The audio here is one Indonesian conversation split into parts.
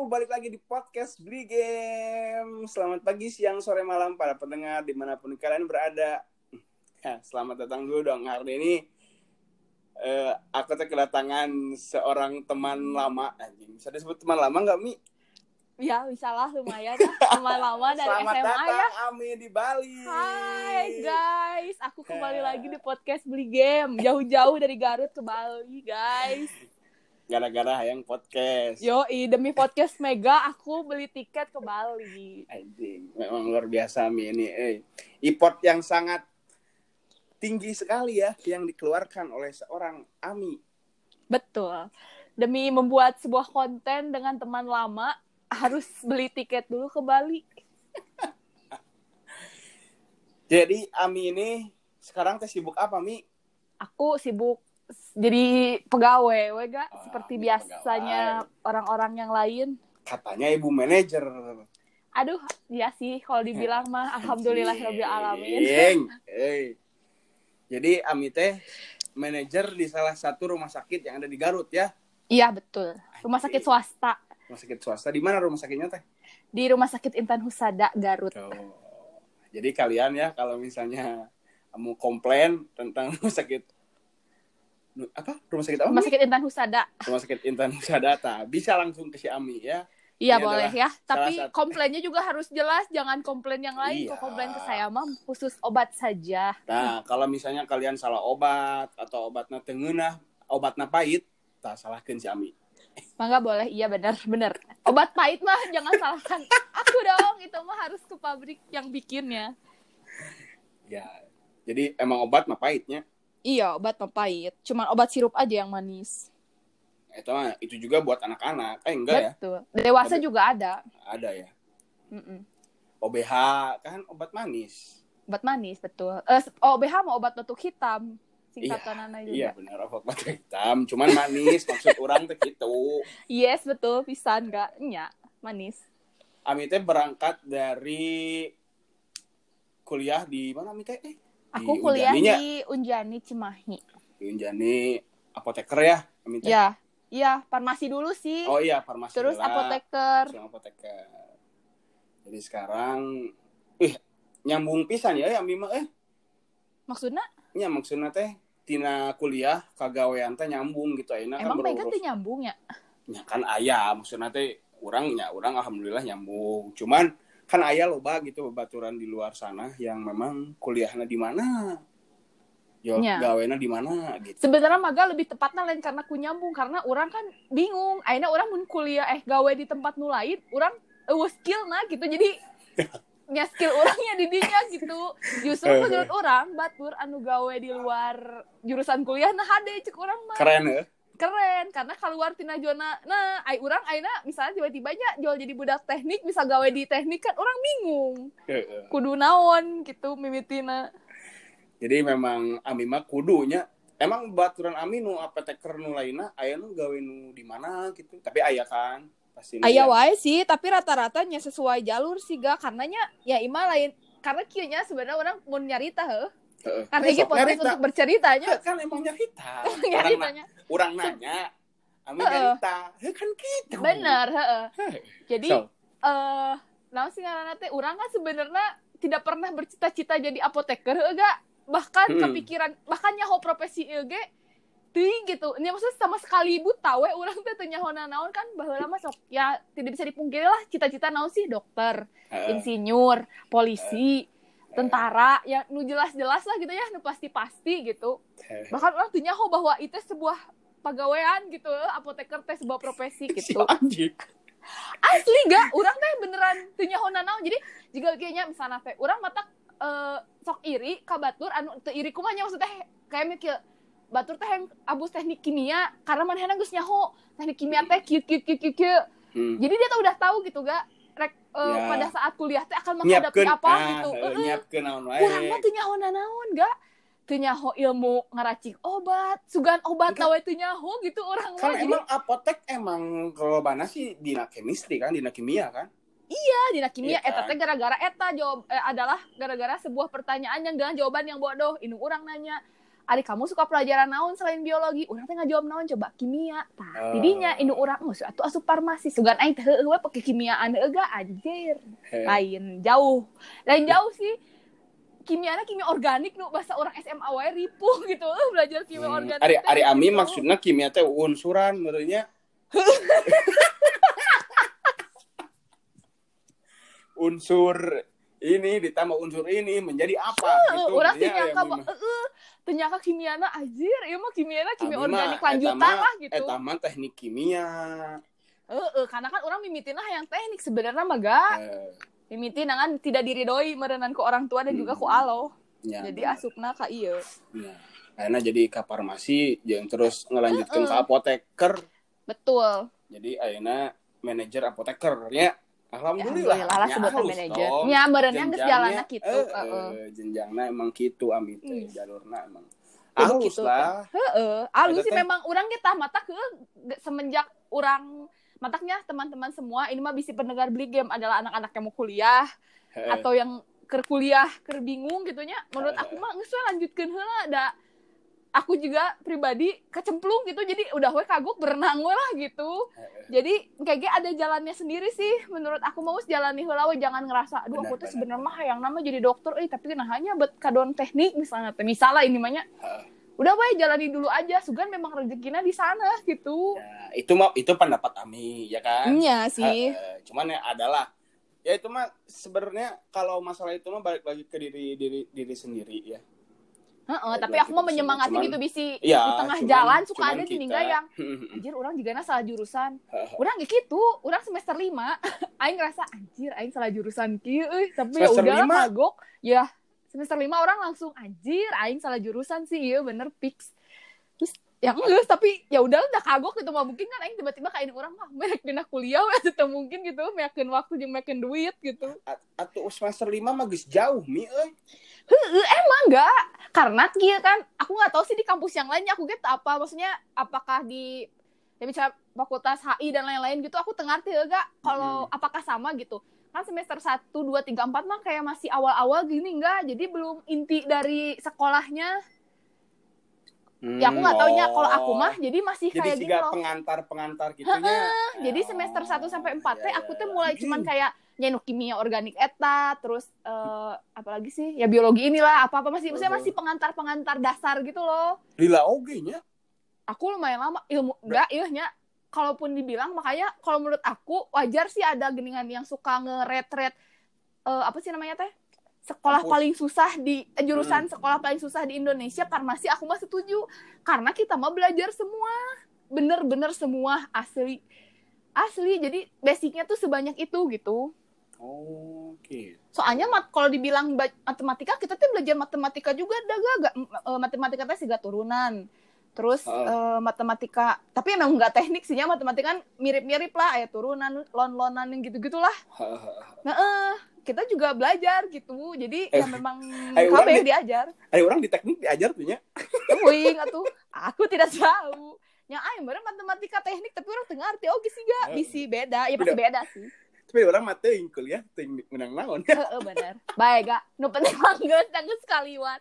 balik lagi di podcast Beli Game. Selamat pagi, siang, sore, malam para pendengar dimanapun kalian berada. Selamat datang dulu dong. Hari ini aku kedatangan seorang teman lama. Bisa disebut teman lama nggak, Mi? Ya, bisa lah, lumayan lah. Teman lama dari Selamat SMA datang, ya. Ami di Bali. Hai guys, aku kembali lagi di podcast Beli Game. Jauh-jauh dari Garut ke Bali, guys. Gara-gara yang podcast. Yoi, demi podcast Mega aku beli tiket ke Bali. Anjing, memang luar biasa Mi ini. Effort yang sangat tinggi sekali ya yang dikeluarkan oleh seorang Ami. Betul. Demi membuat sebuah konten dengan teman lama harus beli tiket dulu ke Bali. Jadi Ami ini sekarang sibuk apa, Mi? Aku sibuk jadi pegawai, wega, seperti biasanya pegawai. orang-orang yang lain. Katanya ibu manajer. Aduh, iya sih kalau dibilang mah alhamdulillahirabbil alamin. Jadi Ami teh manajer di salah satu rumah sakit yang ada di Garut ya? Iya, betul. Rumah sakit swasta. Rumah sakit swasta. Di mana rumah sakitnya teh? Di Rumah Sakit Intan Husada, Garut. Jadi kalian ya kalau misalnya kamu komplain tentang rumah sakit apa? Rumah sakit apa? Rumah Sakit Intan Husada. Rumah sakit Intan Husada, bisa langsung ke si Ami ya. Iya, boleh ya. Tapi komplainnya juga harus jelas, jangan komplain yang lain. Iya. Kok komplain ke saya mah khusus obat saja. Nah, kalau misalnya kalian salah obat atau obatnya teu ngeunah, obatnya pahit, tah salahkeun si Ami. Mangga boleh, iya benar. Obat pahit mah jangan salahkan aku dong, itu mah harus ke pabrik yang bikinnya. Ya, jadi emang obat mah pahitnya. Iya, obat mah pahit. Cuman obat sirup aja yang manis. Itu juga buat anak-anak. Enggak. Betul. Ya? Dewasa juga ada. Ada ya. Mm-mm. OBH kan obat manis. Obat manis, betul. OBH mah obat batuk hitam. Singkatanana juga. Iya benar, obat batuk hitam. Cuman manis, maksud orang tuh gitu. Yes, betul. Pisan enggak? Nya, manis. Ami teh berangkat dari kuliah di mana Ami teh? Aku kuliah di Unjani Cimahi. Di Unjani apoteker ya, Ami teh? Iya, farmasi dulu sih. Oh iya, farmasi. Terus apoteker. Jadi sekarang nyambung pisan ya Ami mah Maksudnya? Nya maksudna teh tina kuliah kagawean teh nyambung gitu ayeuna kan. Emang Mega teh nyambung ya? Ya kan aya, maksudna teh urang alhamdulillah nyambung. Cuman kan aya loba gitu babaturan di luar sana yang memang kuliahna di mana. Yo, gawena di mana gitu. Sebenarnya Maga lebih tepatnya lain karena ku nyambung, karena orang kan bingung. Ayeuna orang mun kuliah gawe di tempat nu lain, urang skillna gitu. Jadi nya skill orangnya di dinya gitu. Justru menurut orang batur anu gawe di luar jurusan kuliah nah hade cek urang mah. Keren karena keluar tina zona. Nah, urang ayeuna misalnya tiba-tiba jual jadi budak teknik bisa gawe di teknik kan orang bingung. Kudu naon gitu mimitina. Jadi memang Ami mah kudunya emang baturan Ami nu apoteker nu lainna aya nu gawe nu di mana gitu. Tapi aya kan pasti. Aya wae sih, tapi rata-ratanya sesuai jalur sih ga karenanya ya ima lain karena kieu nya sebenarnya orang mun nyarita heuh. Karena iki podcast untuk berceritanya. Kan emang nyarita. Urang nanya, Ami nyarita. Kan gitu. Bener, Jadi naon sih ngaranna teh urang kan sebenarnya tidak pernah bercita-cita jadi apoteker heuh ga. Bahkan kepikiran bahkan nyaho profesi ieu ge teuing gitu. Ini maksudnya sama sekali buta we urang teh teu nyaho naon kan baheula mah sok ya tidak bisa dipungkiri lah cita-cita naon sih dokter, insinyur, polisi, tentara yang nu jelas-jelas lah gitu ya, nu pasti-pasti gitu. Bahkan orang teu nyaho bahwa itu sebuah pagawean gitu, apoteker teh sebuah profesi gitu. Asli ga, urang teh beneran teu nyaho naon. Jadi jiga kayaknya misalnya teh urang matak sok iri ka batur anu teu iri kumaha nya maksudnya kayak mikir batur teh yang abus teknik kimia karena manehna geus nyaho teknik kimia teh kieu. Jadi dia tuh udah tahu gitu ga pada saat kuliah teh akan menghadapi apa gitu. Nyiapkeun naon wae. Urang mah teu nyaho naon ga. Teu nyaho ilmu ngaracik obat, sugan obat nawe teu nyaho gitu urang mah. Kan emang apotek emang kelobana sih dina chemistry kan, dina kimia kan? Iya, dina kimia eta teh gara-gara eta adalah gara-gara sebuah pertanyaan yang dengan jawaban yang bodoh. Ini urang nanya, adik kamu suka pelajaran naon selain biologi? Urang teh ngajawab naon coba? Kimia. Tah, tidinya induk urang geus asup farmasi. Sugan aing teh heueuh we pake kimiaan euga anjir. Lain jauh sih. Kimiana kimia organik nu bahasa orang SMA wae ripuh gitu. Belajar kimia organik. Ari Ami gitu. Maksudna kimia teh unsuran menurutnya. Unsur ini ditambah unsur ini menjadi apa gitu. Urang teh nyangka ternyata kimiana anjir, ieu mah kimia organik lanjutan lah gitu. Eta mah teknik kimia. Karena kan orang mimitina yang teknik sebenarnya mah ga. Mimitina kan tidak diridoi merenang ke orang tua dan juga ku alo. Ya, jadi asupna ka ieu. Ya. Ayeuna jadi ka farmasi jeung terus ngelanjutkeun ka apoteker. Betul. Jadi ayeuna manajer apoteker nya. Alhamdulillah lah sebutan manajer. Nya beureunya geus jalanna kitu. Jenjangna emang kitu Ami teh jalurna emang. Alus gitu. Lah. Alus sih memang urang ge tah matak semenjak urang mataknya teman-teman semua ini mah bisi pendengar beli game adalah anak-anak yang mau kuliah atau yang kuliah bingung gitunya. Menurut aku mah geus lanjutkeun heula da aku juga pribadi kecemplung gitu, jadi udah we kagok berenang we lah gitu. Jadi kayak ada jalannya sendiri sih menurut aku, mau jalani heula we, jangan ngerasa aduh aku tuh sebenarnya mah hayang nama jadi dokter tapi nah hanya buat kadon teknik misalnya ini mah nya. Udah we jalani dulu aja, sugan memang rezekinya di sana gitu. Ya, itu pendapat Ami ya kan? Iya sih. Cuman ya adalah ya itu mah sebenarnya kalau masalah itu mah balik lagi ke diri sendiri ya. Tapi aku mau menyemangati gitu bisi di tengah jalan suka ada tinggal yang anjir orang juga salah jurusan. Urang gitu, urang semester 5 aing ngerasa anjir aing salah jurusan kieu tapi ya udah kagok. Ya, semester 5 orang langsung anjir aing salah jurusan sih ieu bener fix. Terus yang geus tapi ya udah kagok gitu mah mungkin kan aing tiba-tiba kayak orang mah merek dina kuliah we teu mungkin gitu meyakeun waktu jeung meyakeun duit gitu. Atuh semester 5 mah geus jauh mi euy. Emang enggak, karena kia kan aku nggak tahu sih di kampus yang lainnya aku gitu apa maksudnya apakah di ya misalnya fakultas HI dan lain-lain gitu aku tengah ngerti enggak kalau apakah sama gitu kan semester 1, 2, 3, 4 mah kayak masih awal-awal gini enggak jadi belum inti dari sekolahnya. Ya aku nggak taunya kalau aku mah jadi masih jadi kayak gini loh. Jadi pengantar gitunya. Jadi semester 1 sampai 4 teh aku tuh mulai cuman kayak nyenu kimia organik eta terus apalagi sih ya biologi inilah apa masih pengantar dasar gitu loh. Lila oge nya. Aku lumayan lama ilmu enggak nya kalaupun dibilang makanya kalau menurut aku wajar sih ada geningan yang suka nge-rate apa sih namanya teh? Sekolah paling susah di jurusan sekolah paling susah di Indonesia farmasi aku mah setuju karena kita mah belajar semua bener-bener semua asli jadi basicnya tuh sebanyak itu gitu. Oke. Soalnya kalau dibilang matematika kita tuh belajar matematika juga matematika teh siga turunan terus matematika tapi emang nggak teknik sih ya matematika kan mirip-mirip lah kayak turunan lon-lonan yang gitu-gitulah. Kita juga belajar gitu jadi ya memang KB diajar. Orang di teknik diajar tuh nya. Wing atuh aku tidak tahu. Yang aing bener matematika teknik tapi orang teu ngarti oge sih ga bisi beda ya pasti beda sih. Tapi orang mah teuing kuliah teuing menang naon. Heeh bener. Bae ga nu penting mah geus kaliwat.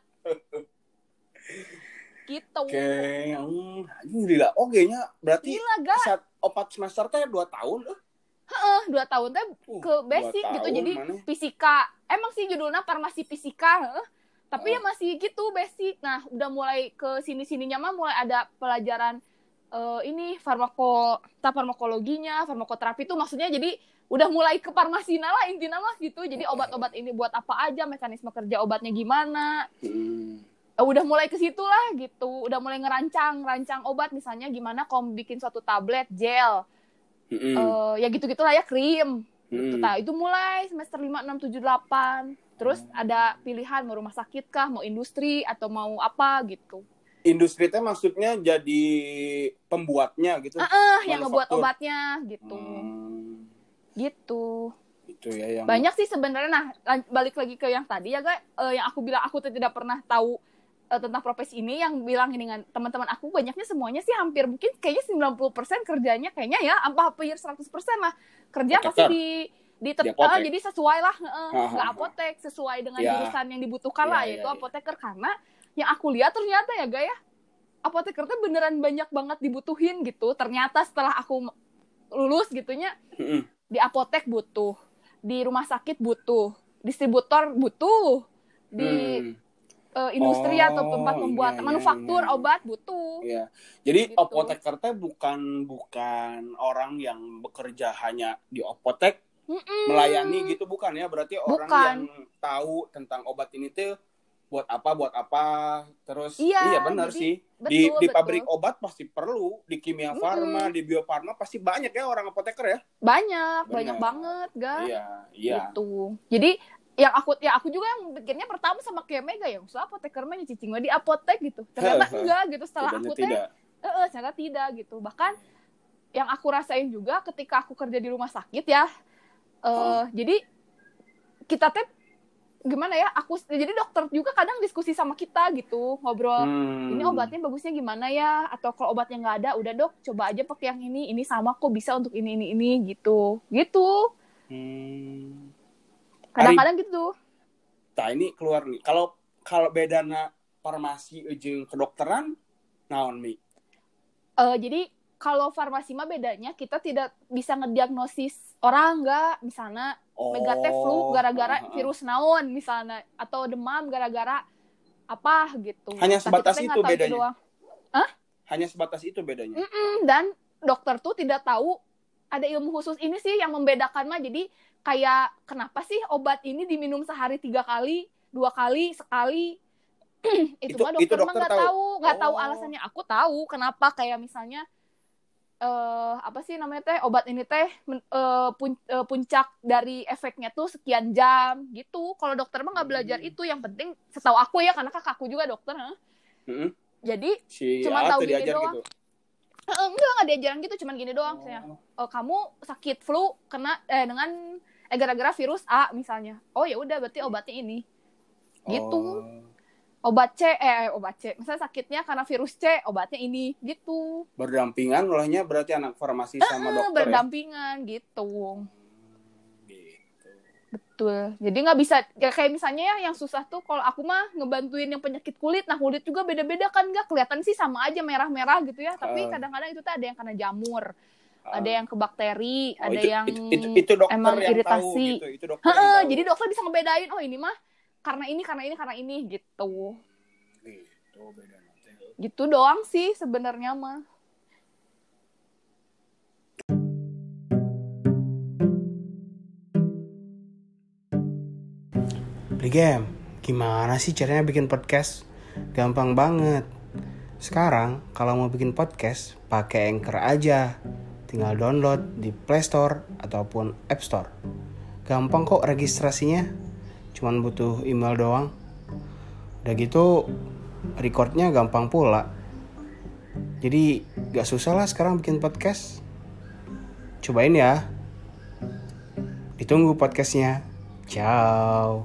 Gitu. Oke, gila. Oke nya berarti saat 4 semester teh 2 tahun 2 tahun teh ke basic gitu. Jadi fisika. Emang sih judulnya farmasi fisika, tapi ya masih gitu basic. Nah, udah mulai ke sini-sininya mah mulai ada pelajaran ini farmakologinya, farmakoterapi itu maksudnya jadi udah mulai ke farmasina lah intinya mah gitu. Jadi obat-obat ini buat apa aja, mekanisme kerja obatnya gimana. Udah mulai ke situ lah gitu. Udah mulai ngerancang obat misalnya gimana kalau bikin suatu tablet, gel. Ya gitu-gitulah ya krim. Gitu. Nah, itu mulai semester 5, 6, 7, 8. Terus ada pilihan mau rumah sakit kah, mau industri atau mau apa gitu. Industri itu maksudnya jadi pembuatnya gitu. Yang ngebuat obatnya gitu. Gitu. Itu ya yang banyak sih sebenarnya. Nah, balik lagi ke yang tadi ya, guys. Yang aku bilang aku tidak pernah tahu tentang profesi ini, yang bilang ini dengan teman-teman aku banyaknya semuanya sih hampir mungkin kayaknya 90% kerjanya kayaknya ya hampir 100% lah kerja pasti di jadi sesuai lah nggak apotek sesuai dengan jurusan yang dibutuhkan lah yaitu apoteker karena yang aku lihat ternyata ya Gaya, apoteker tuh beneran banyak banget dibutuhin gitu. Ternyata setelah aku lulus gitunya, di apotek butuh, di rumah sakit butuh, distributor butuh, di industri atau tempat pembuatan manufaktur obat butuh. Iya. Jadi gitu. Apoteker teh bukan orang yang bekerja hanya di apotek melayani gitu, bukan ya? Berarti orang yang tahu tentang obat ini tuh buat apa, terus iya benar sih. Betul, di pabrik obat pasti perlu, di kimia farma, di bio farma pasti banyak ya orang apoteker ya. Banyak banget, Ga. Iya. Gitu. Jadi yang aku juga yang pikirnya pertama sama kayak Mega ya, usah apoteker mah cicing di apotek gitu. Ternyata enggak gitu, setelah aku ternyata tidak gitu. Bahkan yang aku rasain juga ketika aku kerja di rumah sakit ya. Jadi kita gimana ya, jadi dokter juga kadang diskusi sama kita gitu, ngobrol ini obatnya bagusnya gimana ya, atau kalau obatnya nggak ada, udah dok coba aja pakai yang ini sama kok bisa untuk ini gitu kadang-kadang gitu. Nah ini keluar nih, kalau bedana farmasi jeung kedokteran naon Mi? Jadi kalau farmasi mah bedanya kita tidak bisa ngediagnosis orang, nggak misalnya megate flu gara-gara virus naon misalnya, atau demam gara-gara apa gitu. Hanya sebatas itu bedanya. Hanya sebatas itu bedanya. Dan dokter tuh tidak tahu ada ilmu khusus ini sih yang membedakan mah. Jadi kayak kenapa sih obat ini diminum sehari 3 kali, 2 kali, sekali. itu mah dokter mah nggak tahu alasannya. Aku tahu kenapa, kayak misalnya apa sih namanya teh, obat ini teh puncak dari efeknya tuh sekian jam gitu. Kalau dokter mah nggak belajar itu. Yang penting setahu aku ya, karena kakakku juga dokter. Jadi cuma tahu gini doang. Gitu. Nggak diajarin gitu, cuman gini doang. Kamu sakit flu kena dengan gara-gara virus A misalnya. Oh ya udah berarti obatnya ini. Gitu. Obat C, misalnya sakitnya karena virus C, obatnya ini, gitu. Berdampingan olehnya berarti anak farmasi sama dokter berdampingan, ya? Gitu. Betul. Jadi nggak bisa, kayak misalnya ya yang susah tuh, kalau aku mah ngebantuin yang penyakit kulit. Nah kulit juga beda-beda kan, nggak kelihatan sih sama aja merah-merah gitu ya. Tapi kadang-kadang itu tuh ada yang kena jamur. Ada yang ke bakteri, ada yang itu emang yang iritasi. Tahu, gitu. Itu dokter yang tahu. Jadi dokter bisa ngebedain, oh ini mah karena ini gitu. Beda. Gitu doang sih sebenarnya mah. Game, gimana sih caranya bikin podcast? Gampang banget. Sekarang kalau mau bikin podcast, pakai Anchor aja. Tinggal download di Play Store ataupun App Store. Gampang kok registrasinya. Cuman butuh email doang. Udah gitu recordnya gampang pula. Jadi gak susah lah sekarang bikin podcast. Cobain ya. Ditunggu podcastnya. Ciao.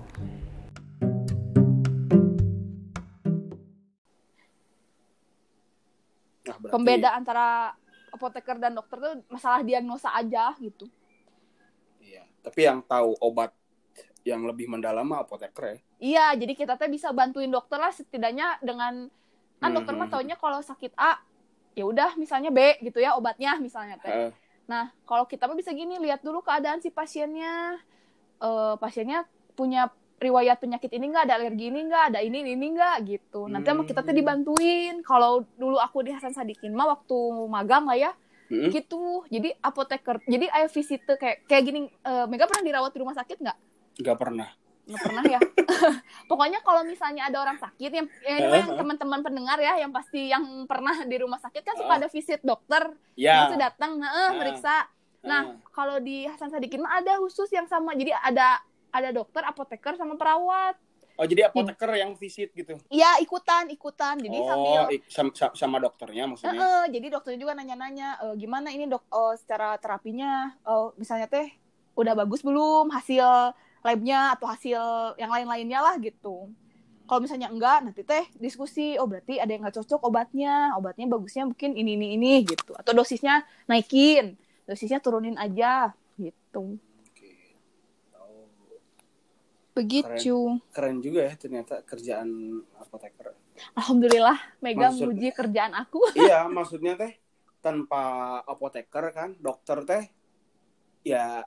Pembeda antara apoteker dan dokter tuh masalah diagnosa aja gitu. Iya, tapi yang tahu obat yang lebih mendalam mah apoteker ya. Iya, jadi kita tuh bisa bantuin dokter lah setidaknya dengan kan dokter mah taunya kalau sakit A ya udah misalnya B gitu ya obatnya misalnya teh. Nah, kalau kita mah bisa gini, lihat dulu keadaan si pasiennya. Pasiennya punya riwayat penyakit ini nggak, ada alergi ini nggak, ada ini nggak gitu. Nanti sama kita tuh dibantuin. Kalau dulu aku di Hasan Sadikin mah waktu magang lah ya. Gitu. Jadi apoteker. Jadi ayo visit kayak gini. Mega pernah dirawat di rumah sakit nggak? Nggak pernah ya. Pokoknya kalau misalnya ada orang sakit yang teman-teman pendengar ya, yang pasti yang pernah di rumah sakit kan suka ada visit dokter yang datang meriksa. Nah kalau di Hasan Sadikin mah ada khusus yang sama, jadi ada dokter, apoteker sama perawat. Oh jadi apoteker yang visit gitu? Iya ikutan jadi sama dokternya maksudnya? Jadi dokternya juga nanya-nanya gimana ini dok, secara terapinya misalnya teh udah bagus belum hasil labnya atau hasil yang lain-lainnya lah gitu. Kalau misalnya enggak, nanti teh diskusi, oh berarti ada yang nggak cocok obatnya bagusnya mungkin ini gitu, atau dosisnya naikin, dosisnya turunin aja gitu. Begitu. Keren juga ya ternyata kerjaan apoteker. Alhamdulillah, Mega muji kerjaan aku. Iya, maksudnya teh tanpa apoteker kan, dokter teh ya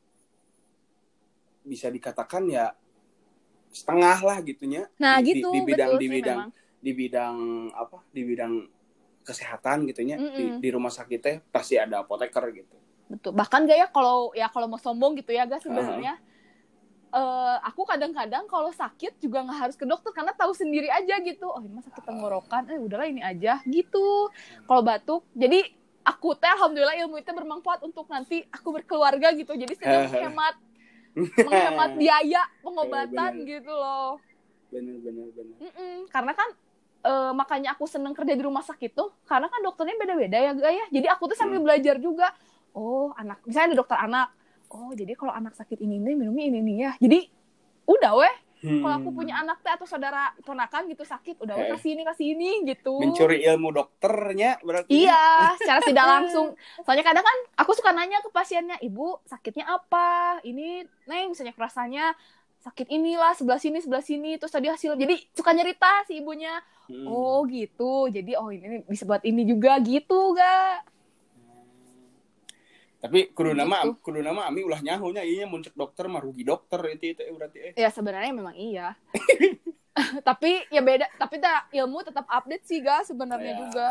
bisa dikatakan ya setengah lah gitunya. Nah, gitu. Di bidang memang. di bidang kesehatan gitunya. Di rumah sakit teh pasti ada apoteker gitu. Betul. Bahkan gak ya kalau mau sombong gitu ya guys sebenarnya. Aku kadang-kadang kalau sakit juga nggak harus ke dokter karena tahu sendiri aja gitu. Oh, ini mah sakit tenggorokan, udahlah ini aja gitu. Kalau batuk, jadi aku teh alhamdulillah ilmu itu bermanfaat untuk nanti aku berkeluarga gitu. Jadi sedang menghemat biaya pengobatan gitu loh. Bener. Karena kan makanya aku seneng kerja di rumah sakit tuh karena kan dokternya beda-beda ya guys ya. Jadi aku tuh sambil belajar juga. Oh, misalnya ada dokter anak. Oh, jadi kalau anak sakit ini minumnya ini ya. Jadi udah weh. Kalau aku punya anak teh atau saudara ponakan gitu sakit, udah weh kasih ini gitu. Mencuri ilmu dokternya berarti. Iya, secara tidak langsung. Soalnya kadang kan aku suka nanya ke pasiennya, "Ibu, sakitnya apa? Ini, Neng, misalnya rasanya sakit inilah, sebelah sini, terus tadi hasil." Jadi suka nyerita si ibunya. Oh, gitu. Jadi ini bisa buat ini juga gitu, Gak? Tapi kudu nama ami ulah nyahonya iya muncul dokter mah rugi dokter itu berarti Ya sebenarnya memang iya. Tapi ya beda, tapi ilmu tetap update sih guys sebenarnya juga.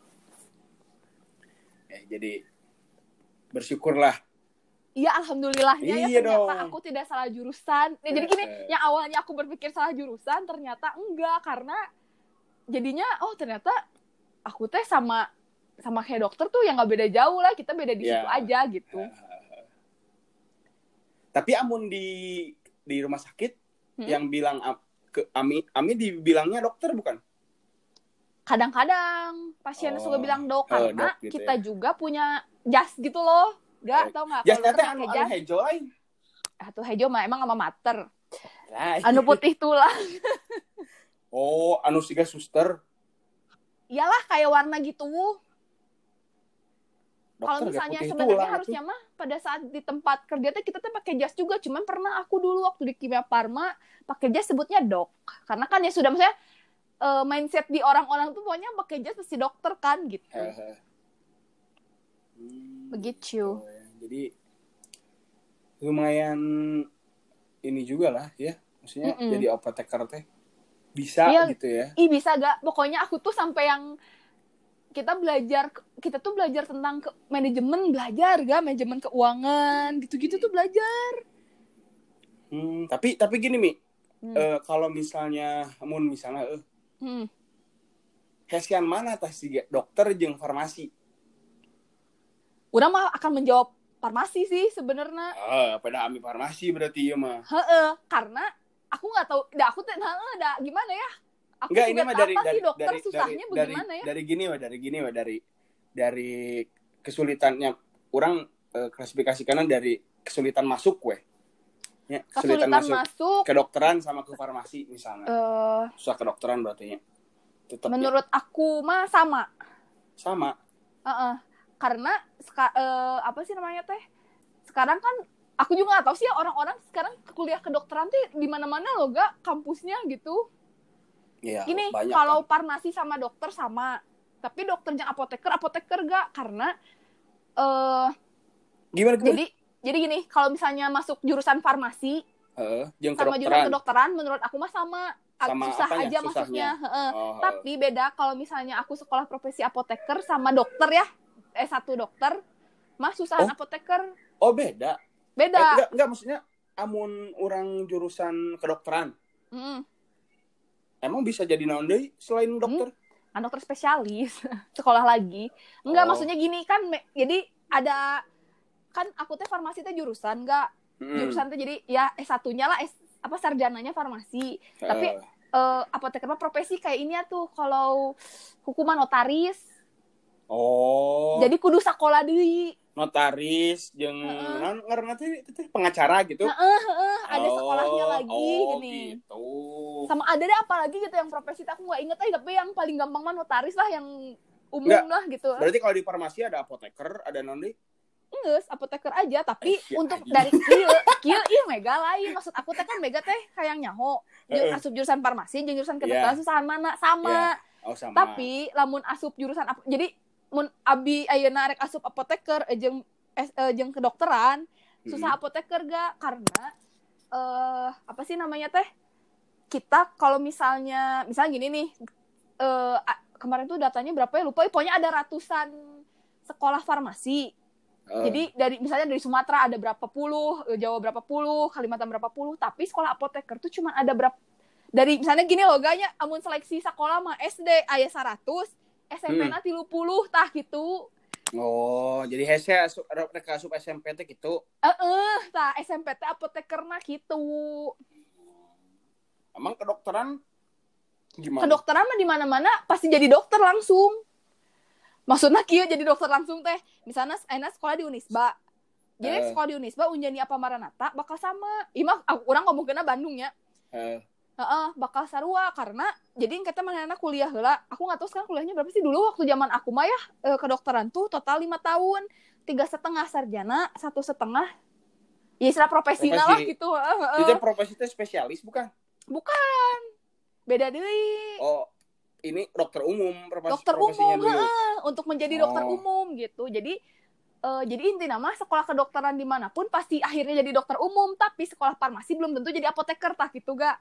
Jadi bersyukurlah. Iya alhamdulillahnya iya ternyata dong. Aku tidak salah jurusan. Jadi gini, yang awalnya aku berpikir salah jurusan ternyata enggak karena jadinya ternyata aku teh sama kayak dokter tuh yang nggak beda jauh lah, kita beda di situ aja gitu. Tapi amun di rumah sakit yang bilang ke Ami dibilangnya dokter bukan? Kadang-kadang pasiennya suka bilang dok karena dok, gitu kita juga punya jas gitu loh, tau nggak? Jasnya teh anu hejo lain. Tuh hejo mah emang sama mater. Anu putih tulang. Oh, anu siga suster. Iyalah kayak warna gitu. Kalau misalnya sebenarnya harusnya mah pada saat di tempat kerja kita tuh pakai jas juga. Cuman pernah aku dulu waktu di Kimia Farma pakai jas sebutnya dok. Karena kan ya sudah maksudnya mindset di orang-orang tuh pokoknya pakai jas pasti dokter kan gitu. Begitu. Jadi lumayan ini juga lah ya. Maksudnya jadi apoteker teh bisa gitu ya. Bisa gak? Pokoknya aku tuh sampai yang kita tuh belajar tentang manajemen manajemen keuangan gitu-gitu tuh belajar. Tapi gini Mi, kalau misalnya hesian mana tah si dokter jeung farmasi? Urang mah akan menjawab farmasi sih sebenarnya. Pada ami farmasi berarti ya mah. Karena aku nggak tahu, aku gimana ya? Aku enggak, ini mah dari dokter susahnya bagaimana ya? Dari kesulitannya orang klasifikasikan dari kesulitan masuk ya, kesulitan masuk kedokteran sama ke farmasi misalnya. Susah kedokteran berarti ya. Menurut aku mah sama. Karena apa sih namanya teh? Sekarang kan aku juga nggak tahu sih ya, orang-orang sekarang kuliah kedokteran tuh di mana-mana loh gak kampusnya gitu. Ya, gini, kalau farmasi sama dokter sama, tapi dokternya apoteker gak karena gimana? Jadi gini, kalau misalnya masuk jurusan farmasi sama jurusan kedokteran, menurut aku mah sama susah aja masuknya. Tapi beda kalau misalnya aku sekolah profesi apoteker sama dokter ya, S1 dokter, mah susahan apoteker. Oh beda. Enggak maksudnya amun orang jurusan kedokteran. Emang bisa jadi naon deui selain dokter? Kan dokter spesialis, sekolah lagi. Enggak, maksudnya gini kan, jadi ada kan aku teh farmasi teh jurusan enggak. Jurusan teh jadi ya S1-nya lah sarjananya farmasi. Tapi apoteker mah profesi kayak ini tuh kalau hukuman notaris. Jadi kudu sakola deui. Notaris jeung ngaranna teh pengacara gitu. Ada sekolahnya lagi gini. Gitu. Sama ada deh apalagi gitu yang profesi aku nggak inget tapi yang paling gampang mah notaris lah yang umum lah gitu. Berarti kalau di farmasi ada apoteker, ada non Geus apoteker aja, tapi untuk dari kieu ieu mega lain. Maksud aku teh kan mega teh hayang nyaho. Asup jurusan farmasi jeung jurusan kedokteran susahan mana sama. Sama. Tapi lamun asup jurusan jadi mun abi ayeuna rek asup apoteker jeung kedokteran susah apoteker gak karena apa sih namanya teh? Kita kalau misalnya gini nih kemarin tuh datanya berapa ya lupa, pokoknya ada ratusan sekolah farmasi. Jadi misalnya dari Sumatera ada berapa puluh, Jawa berapa puluh, Kalimantan berapa puluh, tapi sekolah apoteker tuh cuma ada berapa, dari misalnya gini loh ganya, amun seleksi sekolah mah SD aya 100, SMP-na 30 tah gitu. Oh, jadi hese rek asup SMP teh gitu. Tah SMP teh apotekerna gitu. Emang kedokteran gimana? Kedokteran mah di mana-mana pasti jadi dokter langsung. Maksudnya kieu jadi dokter langsung teh. Misalnya enak sekolah di Unisba. Jadi sekolah di Unisba Unjani apa Maranatha bakal sama. Imah urang ngomongkeunna Bandung ya. Bakal sarua karena jadi kita manehna kuliah heula. Aku enggak tahu sekarang kuliahnya berapa sih, dulu waktu zaman aku mah ya kedokteran tuh total 5 tahun. 3,5 sarjana, 1,5 ya istilah profesi lah gitu. Itu profesi teh spesialis bukan? Bukan. Beda deui. Oh, ini dokter umum, dokter umum untuk menjadi dokter umum gitu. Jadi intinya mah sekolah kedokteran dimanapun pasti akhirnya jadi dokter umum, tapi sekolah farmasi belum tentu jadi apoteker tah gitu gak?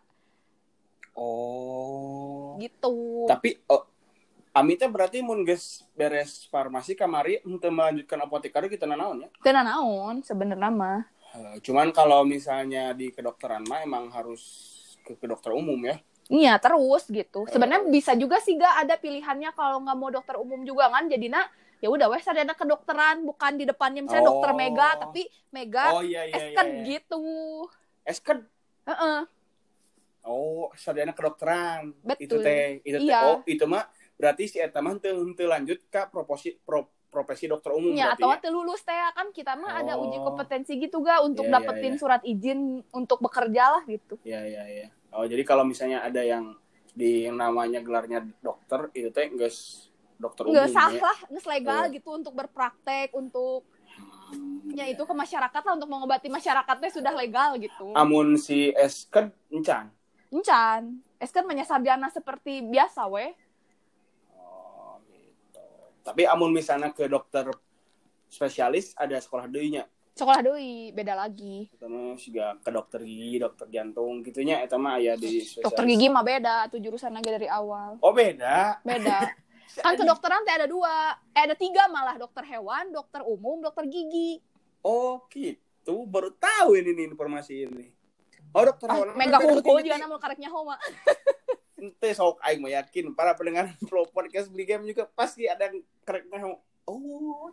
Gitu. Tapi Ami teh berarti mun geus beres farmasi kamari henteu melanjutkan apoteker kita nanaon ya? Teu nanaon sebenarnya mah. Cuman kalau misalnya di kedokteran mah emang harus ke dokter umum ya. Iya terus gitu. Sebenarnya bisa juga sih gak ada pilihannya kalau nggak mau dokter umum juga kan. Jadinya ya udah wes sarjana kedokteran, bukan di depannya misalnya dokter Mega tapi Mega Esken gitu. Esken? Sarjana kedokteran. Betul. Itu mah berarti si eta mah teu lanjut ke profesi dokter umum ya, atau teu lulus teh kan kita mah ada uji kompetensi gitu gak untuk dapetin surat izin untuk bekerja lah gitu. Iya. Oh, jadi kalau misalnya ada yang namanya gelarnya dokter, itu teh geus dokter umum. Geus sah lah, geus legal gitu untuk berpraktek, untuk ya itu ke masyarakat lah, untuk mengobati masyarakatnya sudah legal gitu. Amun si Esken encan. Esken sarjana seperti biasa weh. Oh, gitu. Tapi amun misalnya ke dokter spesialis ada sekolah deui-nya. Sekolah deui beda lagi. Terus juga ke dokter gigi, dokter jantung gitunya eta mah aya di spesialis. Dokter gigi mah beda, tuh jurusan lagi dari awal. Oh, beda. Kan kedokteran teh ada 2. Ada 3 malah, dokter hewan, dokter umum, dokter gigi. Oh, gitu. Baru tahu ini informasi ini. Oh, dokter hewan. Mega hungkul juga nama kareknya homa. Ente sok aing mah yakin para pendengar Pro Podcast Beli Game juga pasti ada kareknya homa. Oh.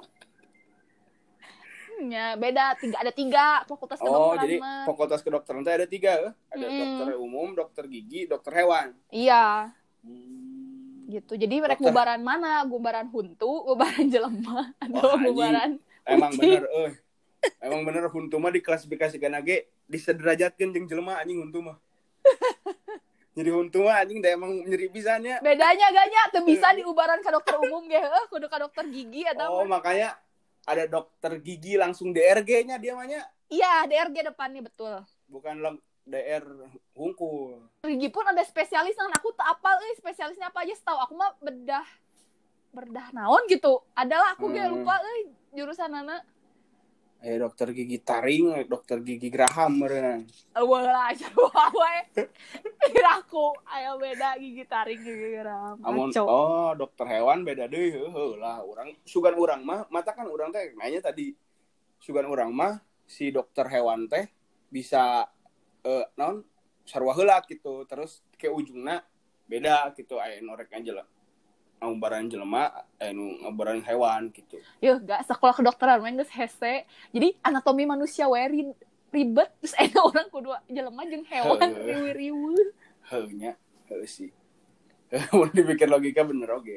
Ya, beda. Ada 3 fakultas kedokteran. Jadi fakultas kedokteran itu ada 3 Ada dokter umum, dokter gigi, dokter hewan. Iya. Gitu. Jadi mereka gubaran mana? Gubaran huntu, gubaran jelema, atau gubaran emang bener emang bener huntu mah diklasifikasikan ge disederajatkeun jeung jelema anjing huntu mah. Jadi huntu mah anjing da emang nyeri pisannya. Bedanya gaknya teu bisa diubaran ka dokter umum ge, kudu ka dokter gigi atau makanya ada dokter gigi langsung DRG-nya dia mahnya. Iya, DRG depannya betul. Bukan DR hungkul. Gigi pun ada spesialis kan aku tak apal spesialisnya apa aja, setahu aku mah bedah naon gitu. Adalah aku ge lupa jurusanana. Dokter gigi taring, dokter gigi Graham meureun. Wah, coba we. Kiraku aya beda gigi taring gigi Graham. Dokter hewan beda deui lah urang. Sugan urang mah matakan urang teh nanya tadi. Sugan urang mah si dokter hewan teh bisa sarua heula gitu. Terus ke ujungna beda gitu aya norek anjeula. Ngubaran jelema, ngubaran hewan gitu. Gak sekolah kedokteran mah geus hese. Jadi anatomi manusia we ribet, terus orang kudu jelema jeung hewan riweuh-riweuh. Heunya, heuh sih. Mun dipikir logika bener oge.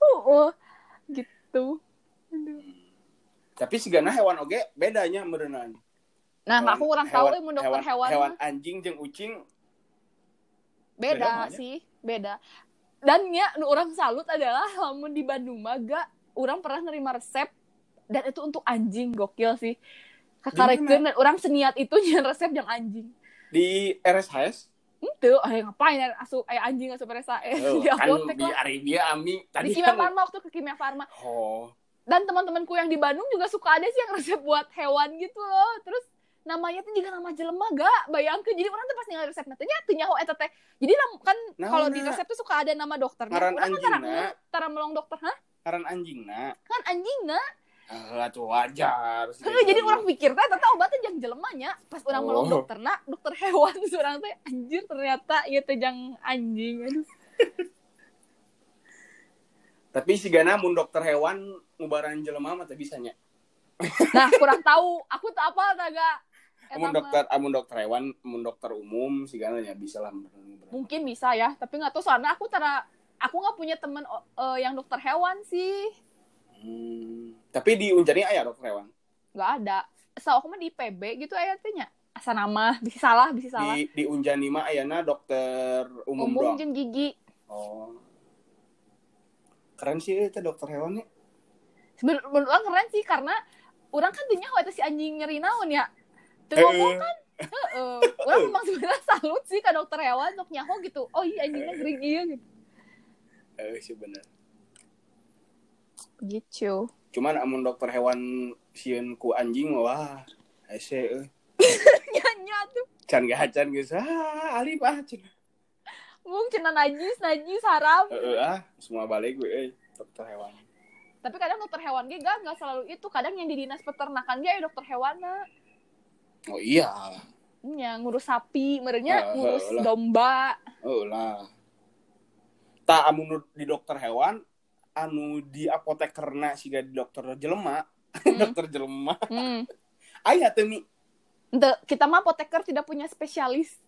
Gitu. Tapi sigana hewan oge bedanya meureunana. Nah, aku kurang tahu mun dokter hewan. Hewan anjing jeung ucing beda sih, beda. Dan ya orang salut adalah lamun di Bandung mah orang pernah nerima resep dan itu untuk anjing, gokil sih. Kakarekeun dan orang seniat itu nyen resep yang anjing. Di RSHS? Itu, ngapain anjing asup RSHS di apotek kan, di Arabia Ami tadi di Kimia Farma waktu ke Kimia Farma. Dan teman-temanku yang di Bandung juga suka ada sih yang resep buat hewan gitu loh. Terus namanya tuh juga nama jelema gak bayangkeun. Jadi orang tuh pas ningali resep teh teu nyaho eta teh. Jadi kan kalau di resep tuh suka ada nama dokternya. Ngaran anjingna. Tara melong dokter, Ngaran anjingna. Kan anjingna. Atuh wajar. Jadi orang pikir teh eta obatnya jang jelemanya. Pas orang melong dokterna, dokter hewan orang teh anjir ternyata ieu teh jang anjing. Aduh. Tapi si Gana mun dokter hewan ngubaran jelema mah teh bisa nya. Nah, kurang tahu. Aku teu apal taga. Amun dokter hewan, amun dokter umum si Gana nya bisa lah. Mungkin bisa ya, tapi enggak tahu soalnya aku enggak punya teman yang dokter hewan sih. Tapi di Unjani aya dokter hewan? Enggak ada. Asal aku mah di PB gitu aya teh nya. Asa nama bisa salah. Di Unjani mah ayana dokter umum doang. Jeung gigi. Oh. Keren sih itu dokter hewannya. Menurut orang keren sih karena orang kan teu nyaho eta si anjing nyeri naon ya. Teu ngomong kan. Orang memang sebenarnya salut sih ke dokter hewan untuk nyaho gitu. Oh iya anjingnya gering ieu gitu. Sih bener. Gitu. Cuman amun dokter hewan sieun ku anjing wah hese Nya tuh. Can geus alif cenah. Mung cenah najis haram. Semua balik gue dokter hewan. Tapi kadang dokter hewan ge enggak selalu itu, kadang yang di dinas peternakan ge dokter hewanna. Oh iya. Nya ngurus sapi, merenya ngurus domba. Lah. Ta amun di dokter hewan anu di apotekerna siga di dokter jelema, dokter jelema. Aya teu Mi? Henteu, kita mah apoteker tidak punya spesialis.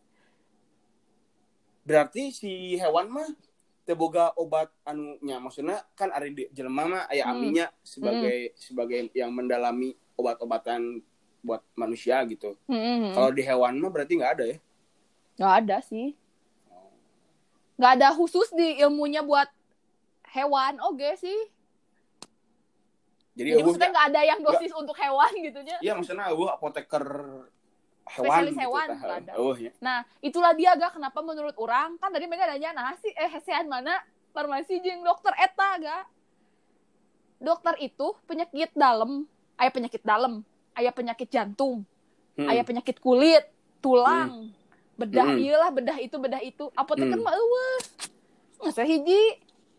Berarti si hewan mah teu boga obat anunya, maksudnya kan ari di jelema mah aya aminya sebagai yang mendalami obat-obatan buat manusia gitu. Kalau di hewan mah berarti enggak ada ya? Enggak ada sih. Enggak ada khusus di ilmunya buat hewan oge sih. Jadi maksudnya enggak ada yang dosis untuk hewan gitu nya. Iya, maksudnya apoteker spesialis hewan gitu, ada. Ya. Nah, itulah dia kenapa menurut orang kan tadi mereka nanya hesean mana farmasi jeung dokter eta dokter itu penyakit dalam, aya penyakit jantung, aya penyakit kulit, tulang, bedah ieu lah, bedah itu. Apoteker mah eueuh. Ngasa hiji.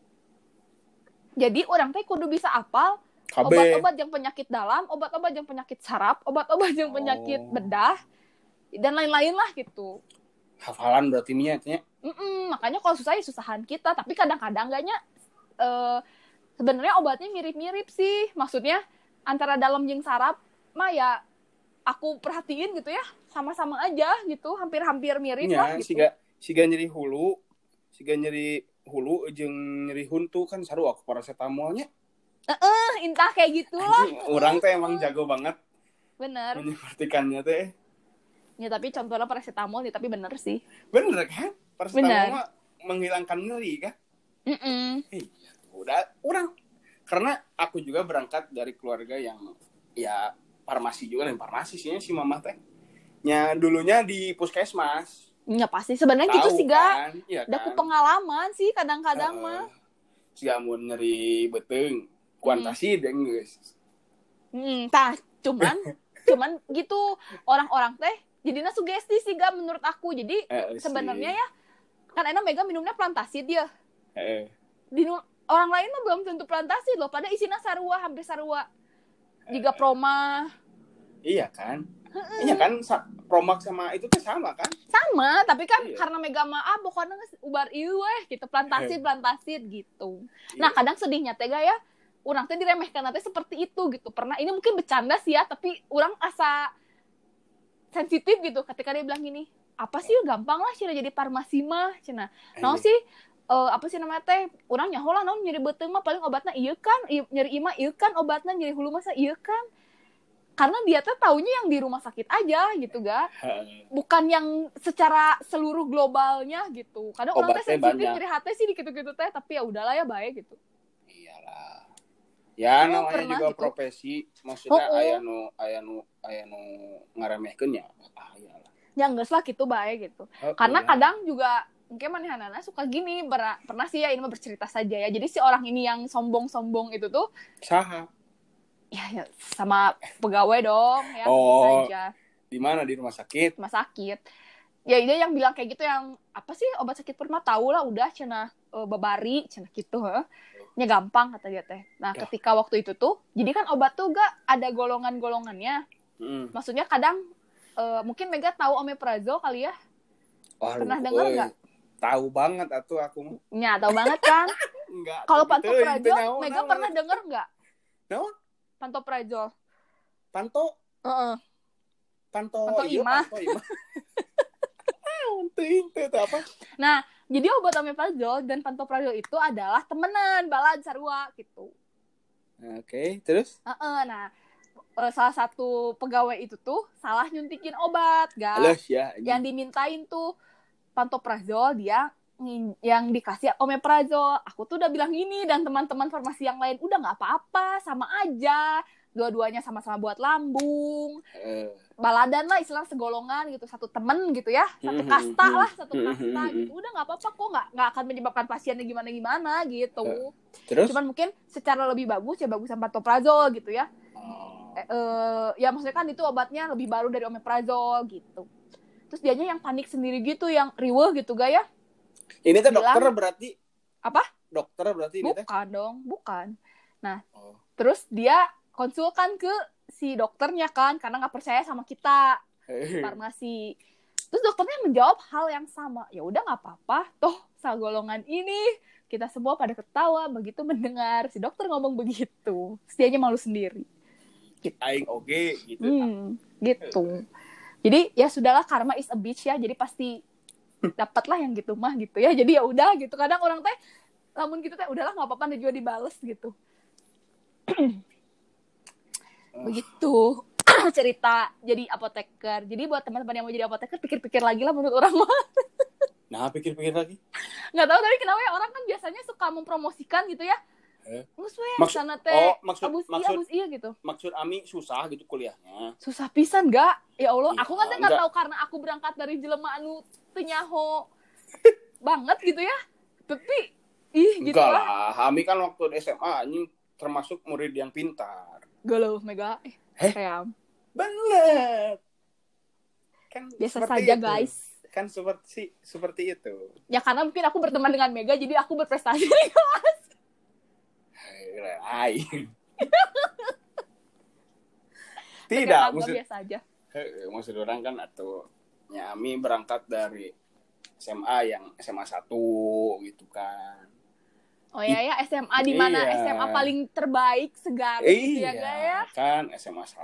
Jadi orang teh kudu bisa apal obat-obat yang penyakit dalam, obat-obat yang penyakit saraf, obat-obat yang penyakit bedah, dan lain-lain lah gitu. Hafalan berarti niatnya. Makanya kalau susah ya susahan kita, tapi kadang-kadang enggaknya sebenarnya obatnya mirip-mirip sih. Maksudnya antara dalam jeung saraf mah ya aku perhatiin gitu ya, sama-sama aja gitu, hampir-hampir mirip lah gitu. Siga nyeri hulu jeung nyeri huntu kan sarua aku paracetamolnya. Intah kayak gitu lah. Orang teh emang jago banget. Bener. Menyepertikannya teh. Ya tapi contohnya paracetamol nih, tapi bener sih. Bener kan? Paracetamol mah menghilangkan nyeri kan? Udah, orang. Karena aku juga berangkat dari keluarga yang ya farmasi juga, dan farmasi sih si mama teh. Nya dulunya di puskesmas. Ya pasti sebenarnya gitu sih kan? Ya, kan? Aku pengalaman sih kadang-kadang mah. Siga mun nyeri beuteung kuantasi deng geus. Cuman gitu orang-orang teh jadinya sugesti sih menurut aku. Jadi sebenarnya ya kan enak mega minumnya plantasid dia. Di orang lain mah belum tentu plantasid loh, pada isinya hampir sarua. Juga Proma. Iya kan? Iya kan Promax sama itu tuh sama kan? Sama, tapi kan karena mega mah pokoknya ubar ieu weh gitu, plantasid gitu. Nah, kadang sedihnya teh ya urang teh diremehkan teh seperti itu gitu. Pernah ini mungkin bercanda sih ya, tapi urang asa sensitif gitu ketika dia bilang gini, apa sih gampang lah cenah jadi farmasi mah cenah. Naon sih apa sih namanya teh urang nyaho lah naon nyeri beuteung mah paling obatna ieu kan, nyeri imah ieu kan obatna, nyeri hulu mah ieu kan. Karena dia tuh taunya yang di rumah sakit aja gitu bukan yang secara seluruh globalnya gitu. Kadang orang teh sensitif nyeri hati sih di gitu-gitu teh, tapi ya udahlah ya baik gitu. Iyalah. Ya namanya juga gitu. Profesi, maksudnya aya nu ngaremehkeun nya. Iyalah. Ya geus lah kitu bae gitu. Karena kadang juga mungkin manehanana suka gini, pernah sih ya ini mah bercerita saja ya. Jadi si orang ini yang sombong-sombong itu tuh saha? Ya sama pegawai dong ya, saja. Di mana? Di rumah sakit? Rumah sakit. Ya dia yang bilang kayak gitu, yang apa sih obat sakit perut mah tahu lah udah cenah babari cenah gitu nya gampang kata dia teh. Nah, ketika waktu itu tuh jadi kan obat tuh gak ada golongan-golongannya. Maksudnya kadang mungkin Mega tahu omeprazol kali ya. Pernah dengar nggak? Tahu banget atuh aku mah. Ya, tahu banget kan? Enggak. Kalau pantoprazol Mega pernah dengar nggak? Naon? Pantoprazol. Panto? Panto imah. apa? Nah, jadi obat omeprazol dan pantoprazol itu adalah temenan, balad sarua gitu. Oke, terus? Nah, salah satu pegawai itu tuh salah nyuntikin obat, guys. Ya, yang dimintain tuh pantoprazol, dia yang dikasih omeprazol. Aku tuh udah bilang gini, dan teman-teman farmasi yang lain udah nggak apa-apa, sama aja. Dua-duanya sama-sama buat lambung. Baladan lah istilah segolongan gitu, satu temen gitu ya, satu kasta gitu. Udah nggak apa-apa kok, nggak akan menyebabkan pasiennya gimana gitu. Terus? Cuman mungkin secara lebih bagus ya bagusan pantoprazol gitu ya. Ya maksudnya kan itu obatnya lebih baru dari omeprazol gitu. Terus dianya yang panik sendiri gitu, yang riweuh gitu gak ya? Ini tuh dokter berarti? Apa? Dokter berarti ini teh? Bukan dong, bukan. Nah, terus dia konsulkan ke si dokternya kan, karena nggak percaya sama kita farmasi. Terus dokternya menjawab hal yang sama. Ya udah nggak apa-apa, toh sagolongan ini kita semua pada ketawa begitu mendengar si dokter ngomong begitu. Dianya malu sendiri. Gitu. Aing oge gitu. Gitu. Jadi ya sudahlah, karma is a bitch ya. Jadi pasti dapatlah yang gitu mah gitu ya. Jadi ya udah gitu. Kadang orang teh lamun gitu teh udahlah nggak apa-apa, juga dibales gitu. Begitu cerita jadi apoteker. Jadi buat teman-teman yang mau jadi apoteker, pikir-pikir lagi lah menurut orang mah. Nah, pikir-pikir lagi. Nggak tahu tapi kenapa ya orang kan biasanya suka mempromosikan gitu ya. Maksud abus iya gitu. Maksud Ami susah gitu kuliahnya. Susah pisan enggak? Ya Allah, aku kan enggak tahu karena aku berangkat dari jelema anu teu nyaho banget gitu ya. Tapi gitu enggak lah. Ami kan waktu di SMA ini termasuk murid yang pintar. Galau Mega. Kayak bener. Kan biasa saja itu. Guys. Kan seperti itu. Ya karena mungkin aku berteman dengan Mega jadi aku berprestasi di kelas. Tidak, biasa aja. Maksud orang kan atau Ami berangkat dari SMA yang SMA 1 gitu kan. Oh ya SMA di mana? SMA paling terbaik segar gitu ya, ya? Kan SMA 1.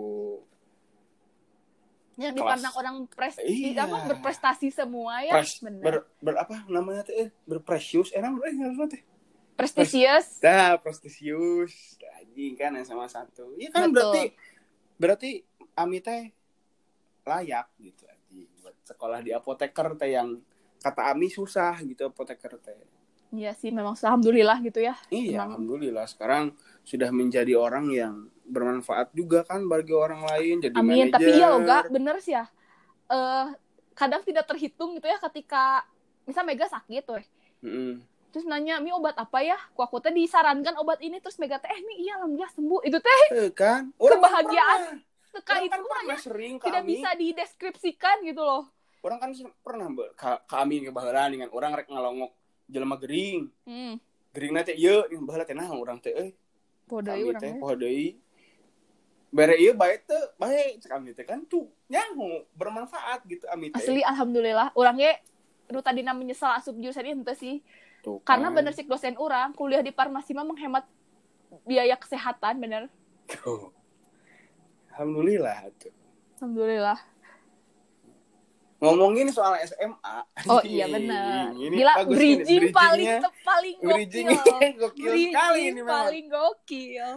Yang dipandang orang berprestasi semua ya. Apa namanya teh? Berprecious, namanya teh. Prestisius. Prestisius. Anjing kan SMA 1. Iya kan. Betul. Berarti Ami teh layak gitu anjing buat sekolah di apoteker teh, yang kata Ami susah gitu apoteker teh. Iya sih, memang alhamdulillah gitu ya. Iya, alhamdulillah sekarang sudah menjadi orang yang bermanfaat juga kan bagi orang lain, jadi amin, manajer. Tapi iya loh gak bener sih ya. Kadang tidak terhitung gitu ya ketika misal Mega sakit tuh. Terus nanya, Mi obat apa ya? Aku teh disarankan obat ini, terus Mega teh, Mi iya alhamdulillah sembuh. Itu teh kan kebahagiaan teka itu kan sering tidak kami bisa dideskripsikan gitu loh. Orang kan pernah kami kebahagiaan dengan orang rek ngalongok jelema gering. Gering teh ieu baheula teh nah urang teh poho deui urang teh. Poho deui. Bare ieu bae teh bae cek ami teh kan tuh nyaho bermanfaat gitu ami teh. Asli alhamdulillah urang ge nu tadina menyesal asup jurusan ieu henteu sih. Tuh, karena bener sih dosen urang kuliah di farmasi mah menghemat biaya kesehatan bener. Tuh. Alhamdulillah tuh. Alhamdulillah. Ngomongin soal SMA. Oh iya benar. Gila bridging paling gokil. Gokil sekali ini memang. Paling gokil.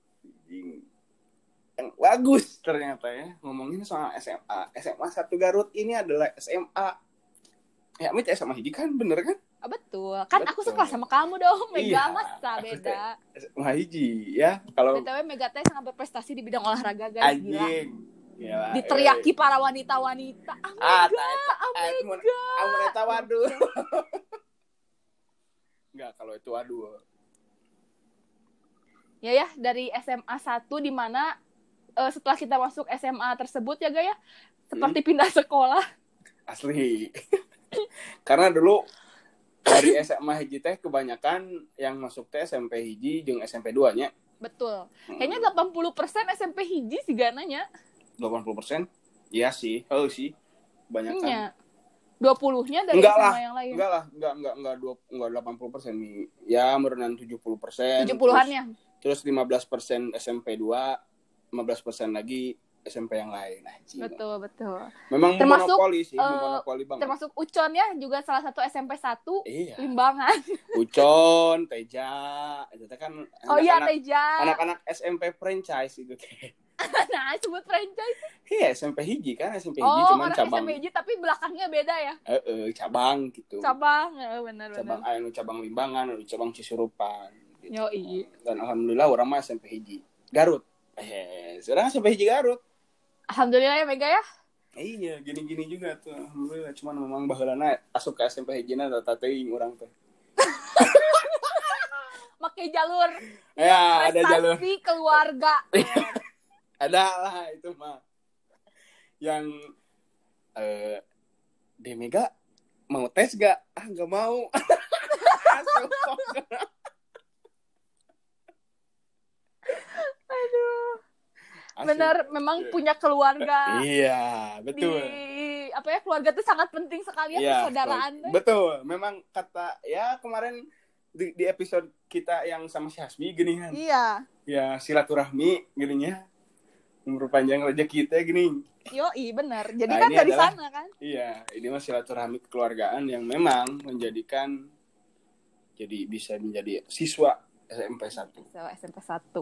Yang bagus ternyata ya. Ngomongin soal SMA. SMA 1 Garut ini adalah SMA. Ya, Amit SMA hiji kan bener kan? Betul. Kan aku sekelas sama kamu dong. Mega masa beda. SMA hiji ya. Kalau BTW Mega teh sangat berprestasi di bidang olahraga guys. Anjing. Gila. Diteriaki para wanita-wanita. Mega. Wanita waduh. Enggak, kalau itu waduh. Ya, dari SMA 1 di mana setelah kita masuk SMA tersebut ya Gaya, seperti pindah sekolah. Asli. Karena dulu dari SMA hiji teh kebanyakan yang masuk teh SMP hiji jeung SMP 2 nya. Betul. Kayaknya 80% SMP hiji sih gananya. 80%? Iya sih. Oh sih. Banyakan. Iya. 20-nya dari SMA yang lain. Enggak 80% nih. Ya, merenang 70%. 70-an-nya. Terus 15% SMP 2, 15% lagi SMP yang lain. Betul. Memang monopoli sih, monopoli banget. Termasuk Ucon ya, juga salah satu SMP 1 Limbangan. Ucon, Teja, itu kan Teja. Anak-anak SMP franchise itu teh. Nah, sebut franchise. Iya, SMP hiji kan, SMP hiji cuman cabang. SMP hiji tapi belakangnya beda ya. Cabang gitu. Cabang, benar. Cabang Limbangan, cabang Cisurupan. Gitu. Yoi. Dan alhamdulillah orang mah SMP hiji Garut. Sekarang SMP hiji Garut. Alhamdulillah ya Mega ya. Iya, gini-gini juga tuh. Alhamdulillah, cuman memang baheulana asup ke SMP hijina tata teuing urang teh. Pakai jalur. Ya, ada jalur keluarga. Ada lah itu mah. Yang Mega mau tes gak? Gak mau. Aduh. Benar, memang punya keluarga. Iya, betul. Keluarga itu sangat penting sekali ya, persaudaraan. Betul, memang kata ya kemarin di episode kita yang sama si Hasbi gini kan. Iya. Ya silaturahmi gininya. Memperpanjang rezeki kita gini. Yoi, benar. Jadi kan dari sana kan. Iya, ini mah silaturahmi kekeluargaan yang memang menjadikan jadi bisa menjadi siswa SMP 1. SMP 1.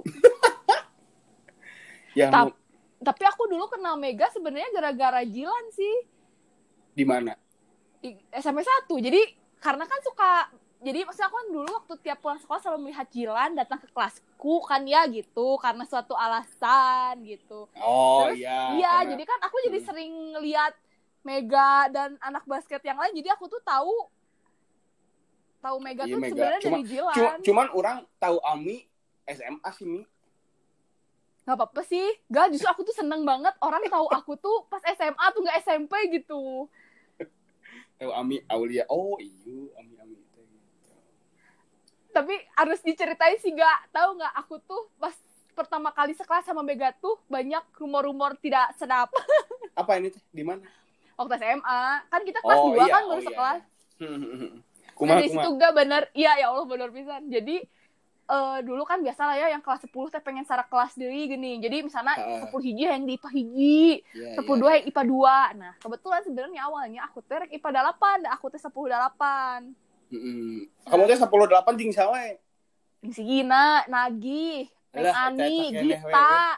Ya, tapi aku dulu kenal Mega sebenarnya gara-gara Jilan sih. Di mana? Di SMP 1. Jadi karena kan maksudnya aku kan dulu waktu tiap pulang sekolah selalu melihat Jilan datang ke kelasku kan ya gitu, karena suatu alasan gitu. Terus, iya. Iya, jadi kan aku jadi sering lihat Mega dan anak basket yang lain, jadi aku tuh tahu Mega tuh sebenarnya dari Jilan. Cuman orang tahu Ami SMA sih Mi. Gak apa-apa sih. Gak, justru aku tuh seneng banget orang tahu aku tuh pas SMA tuh gak SMP gitu. Tahu Ami Aulia. Oh iya, Ami gitu. Tapi harus diceritain sih gak. Tahu gak aku tuh pas pertama kali sekelas sama Mega tuh banyak rumor-rumor tidak sedap. Apa ini teh? Di mana? Waktu SMA. Kan kita kelas 2 kan baru sekelas. Dari situ gak bener. Iya ya Allah bener pisan. Jadi dulu kan biasa lah ya yang kelas 10 teh pengen sarak kelas deui gini. Jadi misalnya 10 hiji yang di IPA hiji, 10 2 yang IPA 2. Nah, kebetulan sebenarnya awalnya aku teh rek IPA 8, aku teh 10 8. Kamu teh 10 8 jeung saha we? Si Gina, Nagih, Ani, Gita.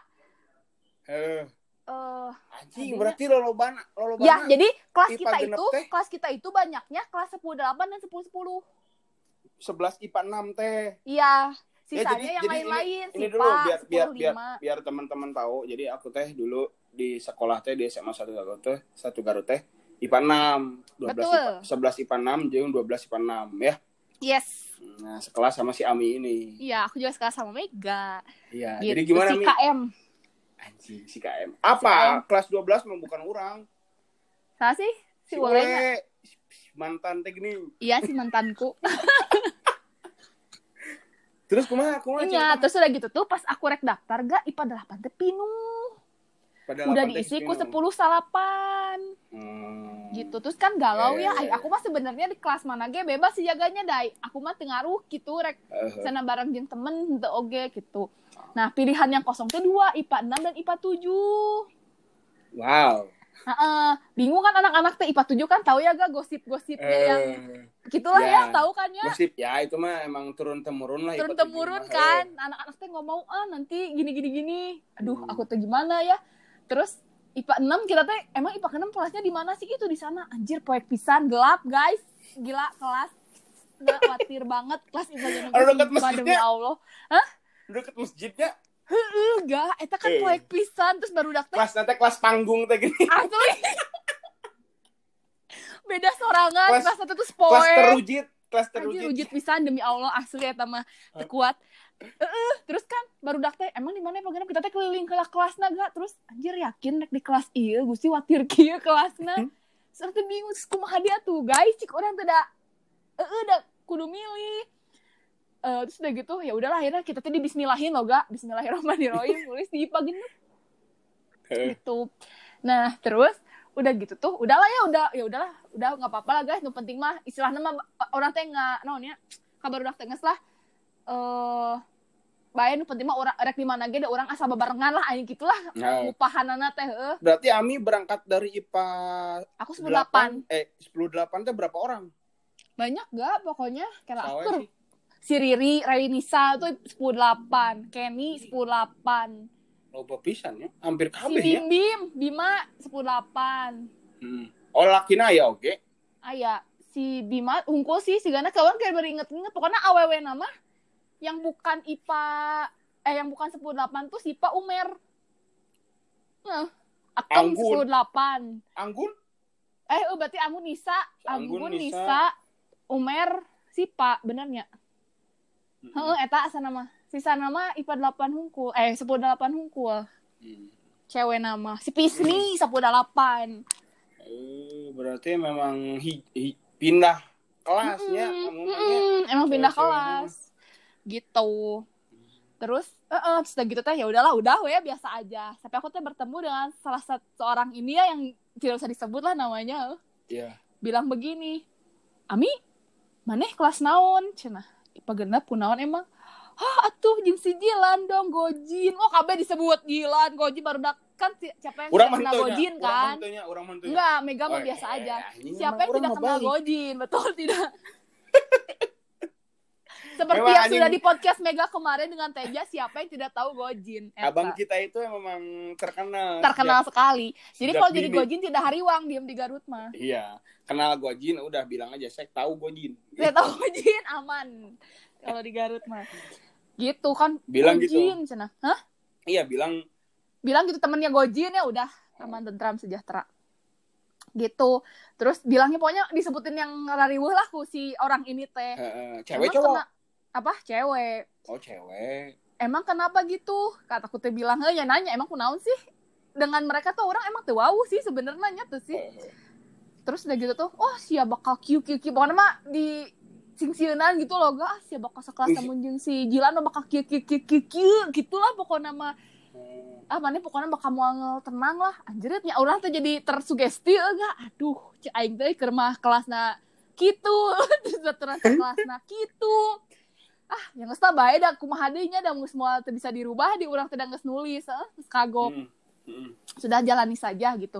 Anjing berarti lolobana. Ya, jadi kelas kita itu banyaknya kelas 10 8 dan 10 10. 11 IPA 6 teh. Iya, sisanya yang lain-lain. Ini dulu biar teman-teman tahu. Jadi aku teh dulu di sekolah teh di SMA 1 Garut teh IPA 6, 11 IPA 6 jeung 12 IPA 6 ya. Yes. Nah, sekelas sama si Ami ini. Iya, aku juga sekelas sama Mega. Iya, gitu. Jadi gimana Mi? Si KM. Anjing, si KM. Apa? Kelas 12 mah bukan orang. Salah sih? Si Wale. Mantan teh gini. Iya, si mantanku. Terus kumaha? Iya, terus udah gitu tuh pas aku rek daftar gak IPA 8 teh pinuh. Udah diisi ku 10 salapan. Gitu. Terus kan galau ya. Aku mah sebenarnya di kelas mana ge bebas sih jaganya dai. Aku mah teu ngaruh gitu rek sana bareng jeung temen henteu oge gitu. Nah, pilihan yang kosong teh 2, IPA 6 dan IPA 7. Wow. Bingung kan anak-anak teh IPA 7 kan tahu ya gak gosip-gosipnya yang gitulah ya tahu kan ya. Gosip ya itu mah emang turun-temurun lah. Turun-temurun kan. Anak-anak teh ngomong nanti gini. Aduh, aku teh gimana ya. Terus IPA 6 kita teh emang IPA 6 kelasnya di mana sih? Itu di sana. Anjir, proyek pisan gelap, guys. Gila kelas. Nggak khawatir banget kelas IPA jeung dekat masjidnya demi Allah. Hah? Dekat masjidnya. Enggak, eta kan poek pisan terus baru dak teh. Kelas teh kelas panggung teh gini. Asli. Beda sorangan, kelas satu tuh poek. Kelas terujit. Rujit pisan demi Allah asli eta mah teu kuat. Terus kan baru dak teh emang di mana program kita teh keliling ke kelasna gak terus anjir yakin rek di kelas ieu Gusti watir kieu kelasna. Serta bingung kumaha dia tuh guys cik orang teh da kudu milih. Terus udah gitu ya udahlah akhirnya kita tuh di bismillahin loh gak bismillahirrahmanirrahim nulis di IPA gitu. Nah terus udah gitu tuh udahlah udah nggak apa-apa lah guys. Nu penting mah istilahnya mah orang teh nggak naonnya kabar udah tenges lah. Bae nu penting mah orang rek di mana ge da orang asa babarengan lah aya gitulah upahanana teh Berarti Ami berangkat dari IPA aku 10-8 10-8 teh berapa orang? Banyak gak pokoknya kayak akur. Si Riri, Rainisa tuh 10-8, Kenny 10-8. Loba pisan ya, hampir kabeh si ya. Si Bima 10-8. Oh lakina aya oge. Aya, si Bima unggul sih sigana kawan kayak beringet-inget pokoknya awewe nama yang bukan IPA yang bukan 10-8 tuh si Pak Umer. Akang 10-8. Anggun? Berarti Anggun Nisa, Umer si Pak benernya. Eta asal nama. Sisa nama IPA 8 hungkul. 10-8 hungkul. Cewek nama. Si Pisni 10-8. Berarti memang pindah kelasnya. Emang pindah kelas. Gitu. Terus setelah gitu teh ya udahlah ya biasa aja. Sampai aku teh bertemu dengan salah satu seorang ini ya yang tidak usah disebut lah namanya. Iya. Bilang begini. Ami, maneh kelas naon? Cenah. IPA genep kunaon emang? Atuh jeung si Jilan dong Gojin. Oh kabeh disebut Jilan, Gojin baru dak kan siapa yang tidak kenal Gojin kan? Orang mantunya. Enggak, Mega mah biasa aja. Siapa yang tidak kenal Gojin? Betul tidak? Seperti yang sudah di podcast Mega kemarin dengan Teja, siapa yang tidak tahu Gojin? Abang kita itu memang terkenal. Terkenal sekali. Jadi kalau jadi Gojin tidak hariwang, diem di Garut mah. Iya, kenal Gojin udah bilang aja saya tahu Gojin. Saya tahu Gojin aman. Kalau di Garut mah. Gitu kan. Bilang Gojin, gitu. Cenah. Hah? Iya, bilang gitu temennya Gojin ya udah aman tentram sejahtera. Gitu. Terus bilangnya pokoknya disebutin yang rariweuh lah ku si orang ini teh. Cewek cowok. Apa? Cewek. Oh, cewek. Emang kenapa gitu? Kataku teh bilang, ya nanya, emang kunaon sih? Dengan mereka tuh orang emang teu wau sih sebenarnya tuh sih. Terus udah gitu tuh, sia bakal kieu. Pokoknya mah di sing-sieunan gitu loh, sia bakal sekelas sama jeung si Jilan mah bakal kieu gitulah pokoknya mah. Maneh pokoknya bakal moal tenang lah. Anjirnya urang teh jadi tersugesti aduh, cek aing teh keur mah kelasna kitu. Terus terus kelasna kitu. Yang geus bae da kumaha deui nya da geus moal teu bisa dirubah di urang teh da geus nulis, geus kagok. Sudah jalani saja gitu.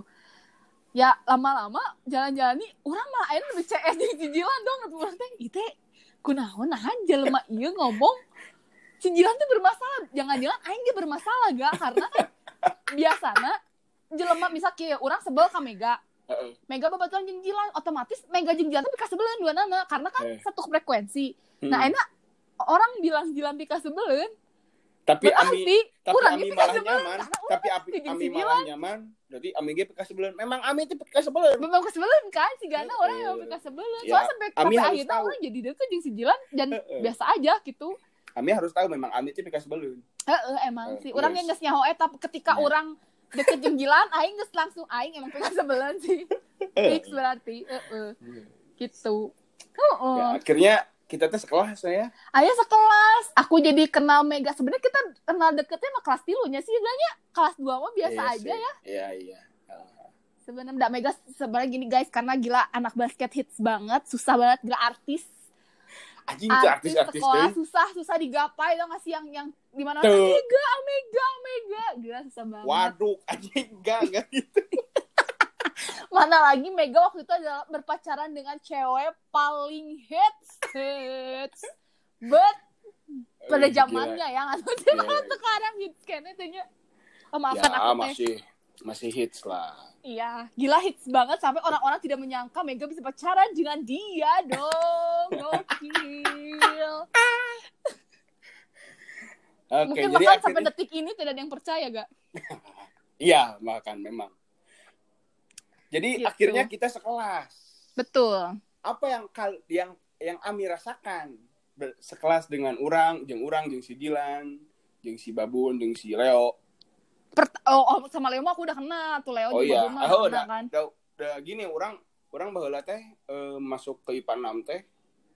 Ya lama-lama jalan-jalani urang mah ayeuna lebih CS jeung Jilan dong urang teh ieu teh kunaon jelema ieu ngomong Jilan teh bermasalah. Jangan-jangan aing ge bermasalah karena kan biasana jelema misal kieu urang sebel ka Mega. Mega babaturan jeung Jilan otomatis Mega jeung Jilan teh kasebeleun duanana karena kan satu frekuensi. Nah enak orang bilang Jilan pika sebeleun. Tapi Ami malah nyaman. Tapi Ami malah nyaman. Berarti Ami ge pika sebeleun. Memang Ami teh pika sebeleun. Memang sebeleun kan si Gana orang yang pika sebeleun. Soalnya sampai akhirnya orang jadi deket jeung si Jilan dan biasa aja gitu. Ami harus tahu memang Ami teh pika sebeleun. Emang sih. Urang yang geus nyaho eta ketika urang deket jeung Jilan aing geus langsung aing emang pika sebeleun sih. Fix berarti. Gitu. Ya, akhirnya kita tuh sekelas ya. Ayah sekelas. Aku jadi kenal Mega. Sebenarnya kita kenal deketnya sama kelas 3-nya sih. Sebenarnya kelas 2 mah biasa aja ya. Iya. Sebenarnya Mega sebenarnya gini guys, karena gila anak basket hits banget, susah banget gila artis. Anjing itu artis sekolah susah digapai dong ngasih yang di mana Mega. Gila susah banget. Waduh, anjing enggak gitu. Mana lagi Mega waktu itu adalah berpacaran dengan cewek paling hits. But pada zamannya ya nggak tahu sekarang hits kayaknya tuhnya. Maafkan aku masih Masih hits lah. Iya, gila hits banget sampai orang-orang tidak menyangka Mega bisa pacaran dengan dia dong. Gokil. Mungkin jadi bahkan sampai detik ini tidak ada yang percaya, gak? Iya, bahkan memang. Jadi gitu. Akhirnya kita sekelas. Betul. Apa yang Ami rasakan sekelas dengan orang jeung si Dilan, jeung si Babun, jeung si Leo. Sama Leo mah aku udah kenal tuh Leo juga Babun mah kenal kan. Udah gini orang baheula teh masuk ke IPA 6 teh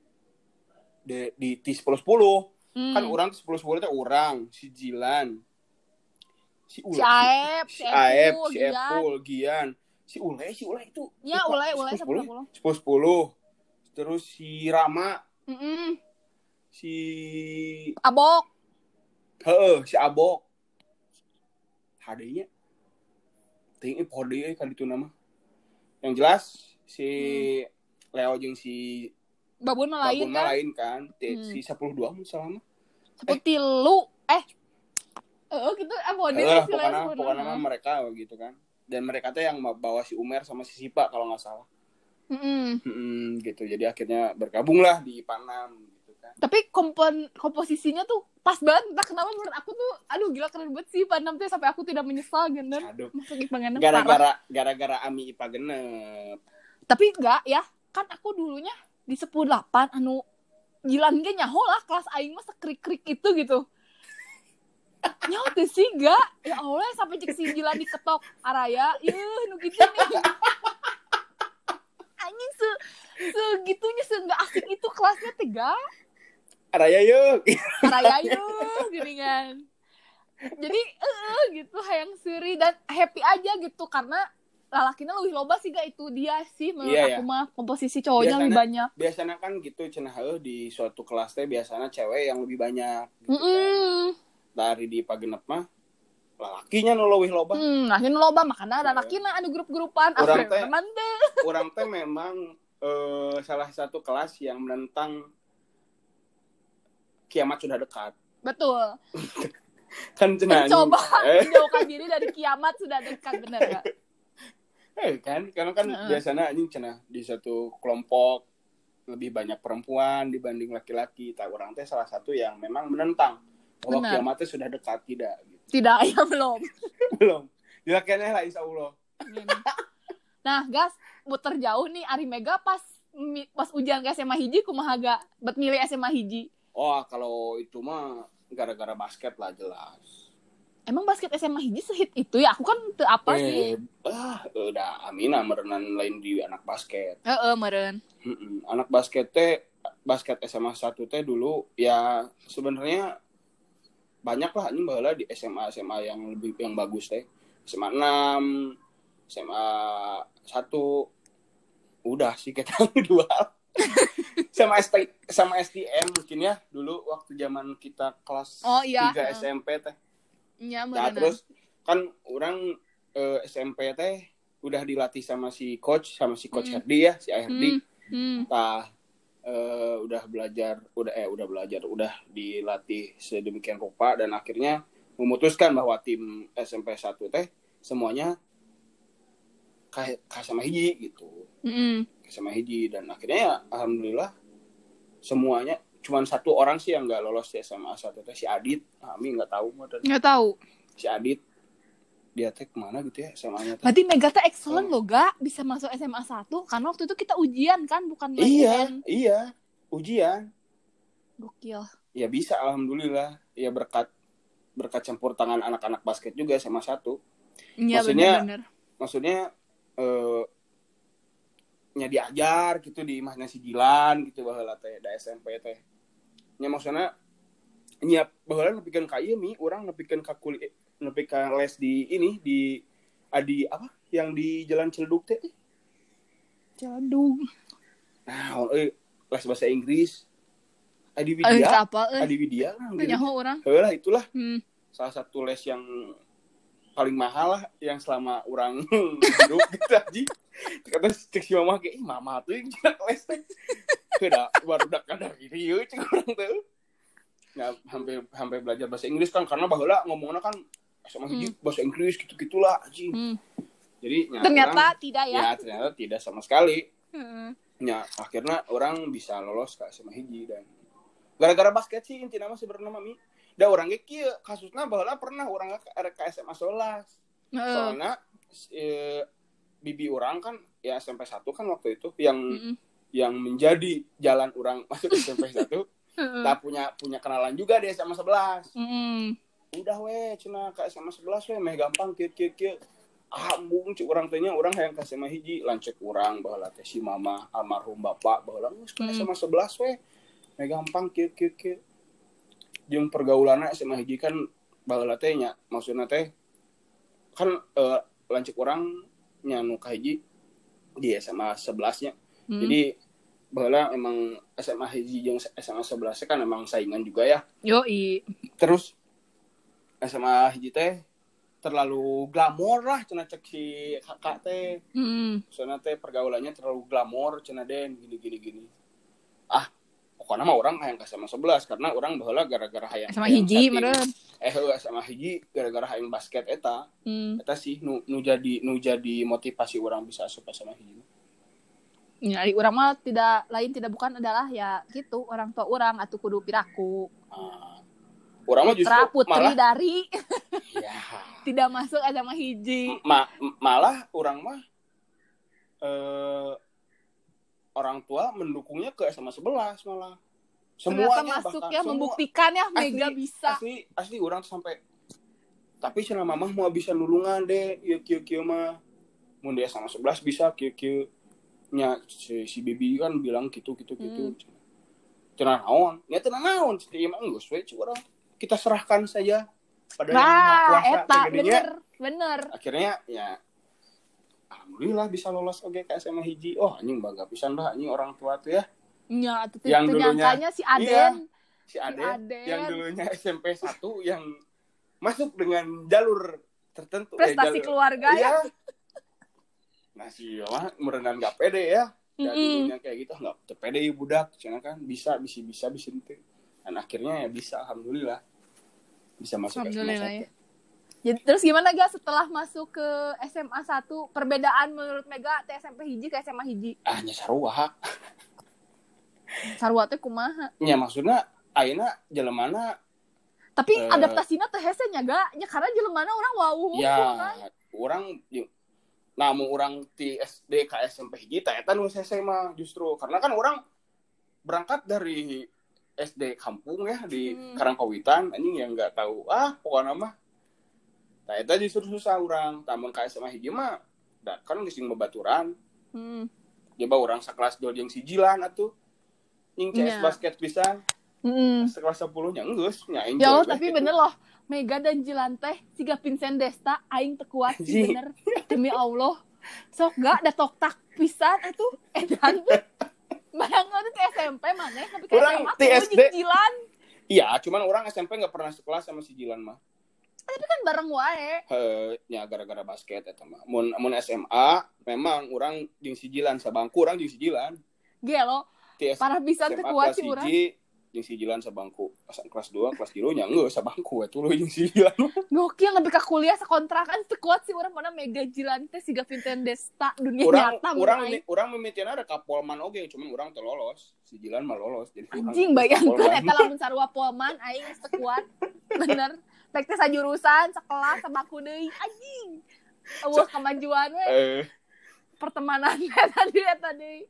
di 10-10. Kan orang 10-10 teh orang, si Jilan, si Aep, si Epul, Gian, si Ule itu. Ya, Ule 10-10. Terus si Rama. Si Abok. Si Abok. Hadenya. Ting pode kali itu nama. Yang jelas si Leo jeung si Babun lain kan. Si 10-2 selama. 10-3. Gitu pode si Leo. Pokoknya mereka gitu kan. Dan mereka tuh yang bawa si Umer sama si Sipa kalau nggak salah. Gitu. Jadi akhirnya bergabunglah di IPA 6 gitu kan. Tapi komposisinya tuh pas banget. Entah kenapa menurut aku tuh aduh gila keren banget sih IPA 6 tuh sampai aku tidak menyesal gitu. Masuk IPA 6 gara-gara Ami IPA genep. Tapi enggak ya. Kan aku dulunya di 10-8 anu Jilan ge nyaho lah kelas aing mah sekrik-krik itu gitu. Nyaho teh sih enggak. Ya Allah sampai cek si Jilan diketok Araya. Nu gitu nih. Anjing segitunya enggak asik itu kelasnya tega. Araya yuk gini kan. Jadi gitu hayang seuri dan happy aja gitu karena lalakinya lebih loba sih gak itu dia sih menurut aku mah komposisi cowoknya lebih banyak. Biasanya kan gitu cenah di suatu kelas teh biasanya cewek yang lebih banyak gitu kan. Dari di pagenep mah lalakinya nu leuwih loba. Lalakinya nu loba makanya lalakina anu grup-grupan Urang teh memang salah satu kelas yang menentang kiamat sudah dekat. Betul. Kan cenah coba menjauhkan diri dari kiamat sudah dekat benar enggak? Kan karena kan biasanya anjing cenah di satu kelompok lebih banyak perempuan dibanding laki-laki. Orang teh salah satu yang memang menentang bahwa kiamatnya sudah dekat tidak gitu. Tidak, ya belum. Dilakukannya lah insyaallah. Nah, gas muter jauh nih Ari Mega pas ujian ke SMA hiji kumaha ga bet milih SMA hiji. Oh, kalau itu mah gara-gara basket lah jelas. Emang basket SMA hiji sehit itu ya? Aku kan teu apa sih. Udah Amina merenan lain di anak basket. Meren. Anak basket SMA 1 teh dulu ya sebenarnya banyak lah anjing baheula di SMA yang bagus teh. SMA 6, SMA 1 udah sih kita dua. sama STM mungkin ya dulu waktu zaman kita kelas 3 SMP teh. Ya, nah, terus kan orang SMP teh udah dilatih sama si coach Herdi ya, si Herdi. Udah dilatih sedemikian rupa dan akhirnya memutuskan bahwa tim SMP 1 teh semuanya kayak sama hiji gitu. Sama hiji dan akhirnya ya alhamdulillah semuanya cuman satu orang sih yang nggak lolos di SMA 1 teh si Adit. Ami nggak tahu. Si Adit dia teh kemana gitu ya SMA-nya. Berarti Mega teh excellent loh gak bisa masuk SMA 1 karena waktu itu kita ujian kan bukan UN. Iya ujian. Gokil. Ya bisa alhamdulillah ya berkat campur tangan anak-anak basket juga SMA 1. Iya benar. Maksudnya nya diajar gitu di imahnya si Gilan gitu baheula teh da SMP teh. Nya maksudna nya baheula nepikeun ka ieu mi urang nepikeun ka kuliah nepikeun les di ini di Adi apa yang di Jalan Ciledug teh. Ciledug. Nah, les bahasa Inggris. Adi Widya. Adi Widya lah. Nyaho urang. Heulah itulah. Salah satu les yang paling mahal lah yang selama orang hidup gitu aja. Kata cek si mama kayak mama tuh yang les teh. Udah baru kadar ini cek orang tuh. Nah, hampir belajar bahasa Inggris kan karena baheula ngomongna kan SMA hiji bahasa Inggris gitu-gitulah anjing. Jadi ternyata tidak ya. Ya ternyata tidak sama sekali. Ya akhirnya orang bisa lolos ke SMA hiji dan gara-gara basket sih intinya mah sebenarnya mami. Da orang ge kieu kasusna baheula pernah urang ke SMA 11. Soalnya bibi orang kan ya SMP 1 kan waktu itu yang menjadi jalan orang masuk SMP 1. Tak punya kenalan juga di SMA 11. Udah we cenah ke SMA 11 we meh gampang kieu. Ambung cik urang teh nya urang hayang ka SMA hiji lancek urang baheula teh si mama almarhum bapak baheula geus ka SMA 11 we meh gampang kieu. Jeung pergaulanna SMA hiji kan baheula teh nya maksudna teh kan lancek urang nya nu ka hiji di SMA 11 nya. Jadi baheula emang SMA hiji jeung SMA 11 kan emang saingan juga ya. Yoi. Terus SMA hiji teh terlalu glamor lah cenah cek si kakak teh. Soalnya teh pergaulannya terlalu glamor cenah den gini. Pokoknya mah orang hayang ka SMA 11 karena orang baheula gara-gara hayang SMA hiji meureun. SMA hiji gara-gara hayang basket eta. Eta sih nu jadi motivasi orang bisa asup SMA hiji. Ya, urang mah tidak bukan adalah ya gitu orang tua orang atuh kudu piraku. Urang mah justru putri malah dari ya. Tidak masuk SMA hiji. Malah urang mah orang tua mendukungnya ke SMA 11 malah. Semuanya masuk ya membuktikan ya Mega bisa. Asli urang sampai tapi cenah mamah mau bisa nulungan deh kieu mah. Mun dia SMA 11 bisa kieu nya si bibi kan bilang gitu. Cenah naon? Nya teu naon, ieu mah geus we urang. Kita serahkan saja pada yang Maha Kuasa. Bener. Akhirnya ya alhamdulillah bisa lolos ke SMA hiji. Oh anjing bangga pisan dah anjing orang tua tuh ya. Nya atuh nyangkanya si Aden. Iya, si Aden yang dulunya SMP 1 yang masuk dengan jalur tertentu prestasi keluarga ya. Nah si mah merenang gak pede ya. Dulunya kayak gitu enggak pede budak cenah kan bisa teu. Dan akhirnya ya bisa alhamdulillah bisa masuk ke SMA 1. Ya. Jadi terus gimana guys setelah masuk ke SMA 1 perbedaan menurut Mega teh SMP hiji ke SMA hiji? Nya sarua. Sarua teh kumaha? Nya maksudna ayeuna jelemana tapi adaptasina teh hese nya ga nya karena jelemana urang wau kan. Urang namun urang ti SD ka SMP hiji teh eta nu hese mah justru karena kan urang berangkat dari SD kampung ya di Karangkawitan anjing yang enggak tahu pokoknya mah tah eta justru susah urang tamun ka SMA hiji mah da kan geus babaturan. Coba urang sakelas dol jeung si Jilan atuh ning CS basket pisan. Sekelas 10 nya geus nya aing. Ya tapi bener loh Mega dan Jilan teh siga Vincent Desta aing teu kuat sih bener demi Allah. Sok gak da tok-tak pisan atuh edan tuh. Bayangkan itu SMP mana tapi kayak SMA tuh Jilan. Iya, cuman orang SMP enggak pernah sekelas sama si Jilan mah. Tapi kan bareng wae. Ya gara-gara basket eta mah. Mun SMA memang orang jeung si Jilan sabangku urang jeung si Jilan. Gelo. Parah pisan teu kuat sih urang. Jeung si Jilan sabangku. Kelas 2, kelas 3 nya geus sabangku we tuluy jeung si Jilan. Gokil nepi ka kuliah sakontrakan teu kuat sih urang mana Mega Jilan teh siga Vincent Desta dunia nyata. Urang mimitiana ada ka Polman oge cuman urang teu lolos. Si Jilan mah lolos jadi anjing bayangkeun eta lamun sarua Polman aing geus teu kuat. Bener. Tek teh sajurusan sekelas sabangku deui anjing. Eueuh kemajuan we. Pertemanan eta deui.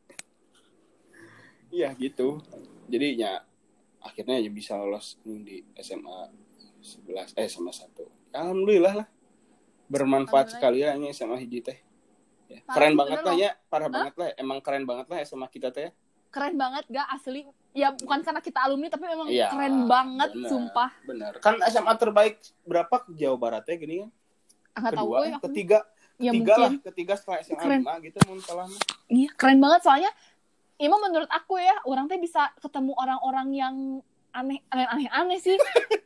Iya gitu. Jadi nya akhirnya ya bisa lolos di SMA 11 SMA 1. Alhamdulillah lah. Bermanfaat sekali ya ini SMA hiji teh. Ya, keren banget lah ya, parah banget lah. Emang keren banget lah SMA kita teh. Keren banget gak asli. Ya bukan karena kita alumni tapi memang keren banget sumpah. Bener. Kan SMA terbaik berapa Jawa Barat ya gini kan? Kedua, ketiga setelah SMA 5 gitu mun salah. Iya, keren banget soalnya Ima menurut aku ya, orang teh bisa ketemu orang-orang yang aneh sih.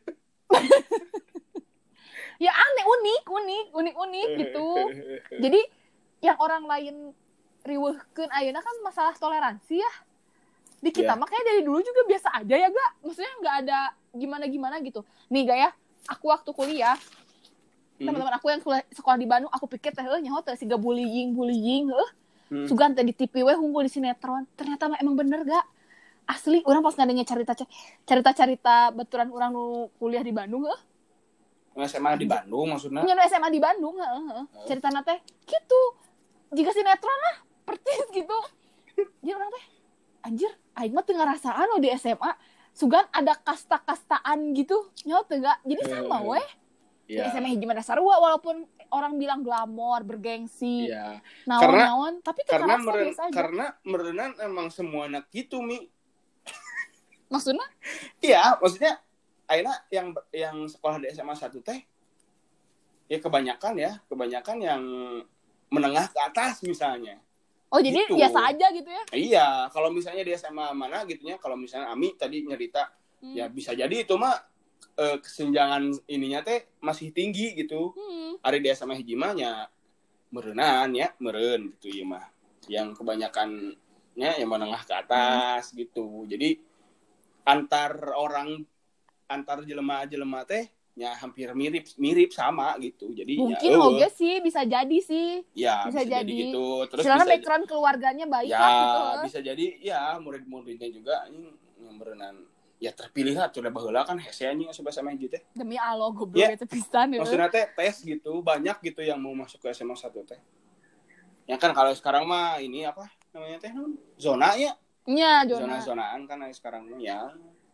Ya aneh, unik gitu. Jadi yang orang lain riweuhkeun ayeuna kan masalah toleransi ya. Di kita makanya dari dulu juga biasa aja ya gak? Maksudnya nggak ada gimana-gimana gitu. Nih gak ya, aku waktu kuliah teman-teman aku yang sekolah di Bandung, aku pikir teh nyaho teh siga bullying sugan teh di TV we hungkul di sinetron, ternyata emang bener gak asli. Orang pas ngadengnya cerita baturan orang nu kuliah di Bandung SMA di Bandung maksudnya? Nya SMA di Bandung ceritana teh gitu jika sinetron lah persis gitu. Jadi orang teh anjir aing mah teu ngarasaan di SMA sugan ada kasta-kastaan gitu nyaho teh gak jadi sama weh. Di SMA hiji mah dasar walaupun orang bilang glamor, bergengsi, naon-naon, tapi karena merenang emang semua anak gitu, Mi. Maksudnya? Iya, maksudnya ayeuna yang sekolah di SMA 1 teh ya kebanyakan yang menengah ke atas misalnya. Oh, jadi gitu. Biasa aja gitu ya? Iya, kalau misalnya di SMA mana gitunya, kalau misalnya Ami tadi nyerita, ya bisa jadi itu mah kesenjangan ininya teh masih tinggi gitu. Ari di SMA hiji mah nya meureun gitu ieu mah. Yang kebanyakannya yang menengah ke atas gitu. Jadi antar jelema teh nya hampir mirip sama gitu. Jadi mungkin oge sih bisa jadi sih. Ya, bisa jadi gitu. Terus bisa background keluarganya baik ya, gitu. Bisa jadi ya murid-muridnya juga yang berenang ya terpilih lah sudah baheula kan hese anjing asup SMA hiji teh. Demi Allah goblok eta pisan ya. Maksudnya teh tes gitu, banyak gitu yang mau masuk ke SMA 1 teh. Ya kan kalau sekarang mah ini apa namanya teh zona ya. Iya, Zona-zonaan kan sekarang ya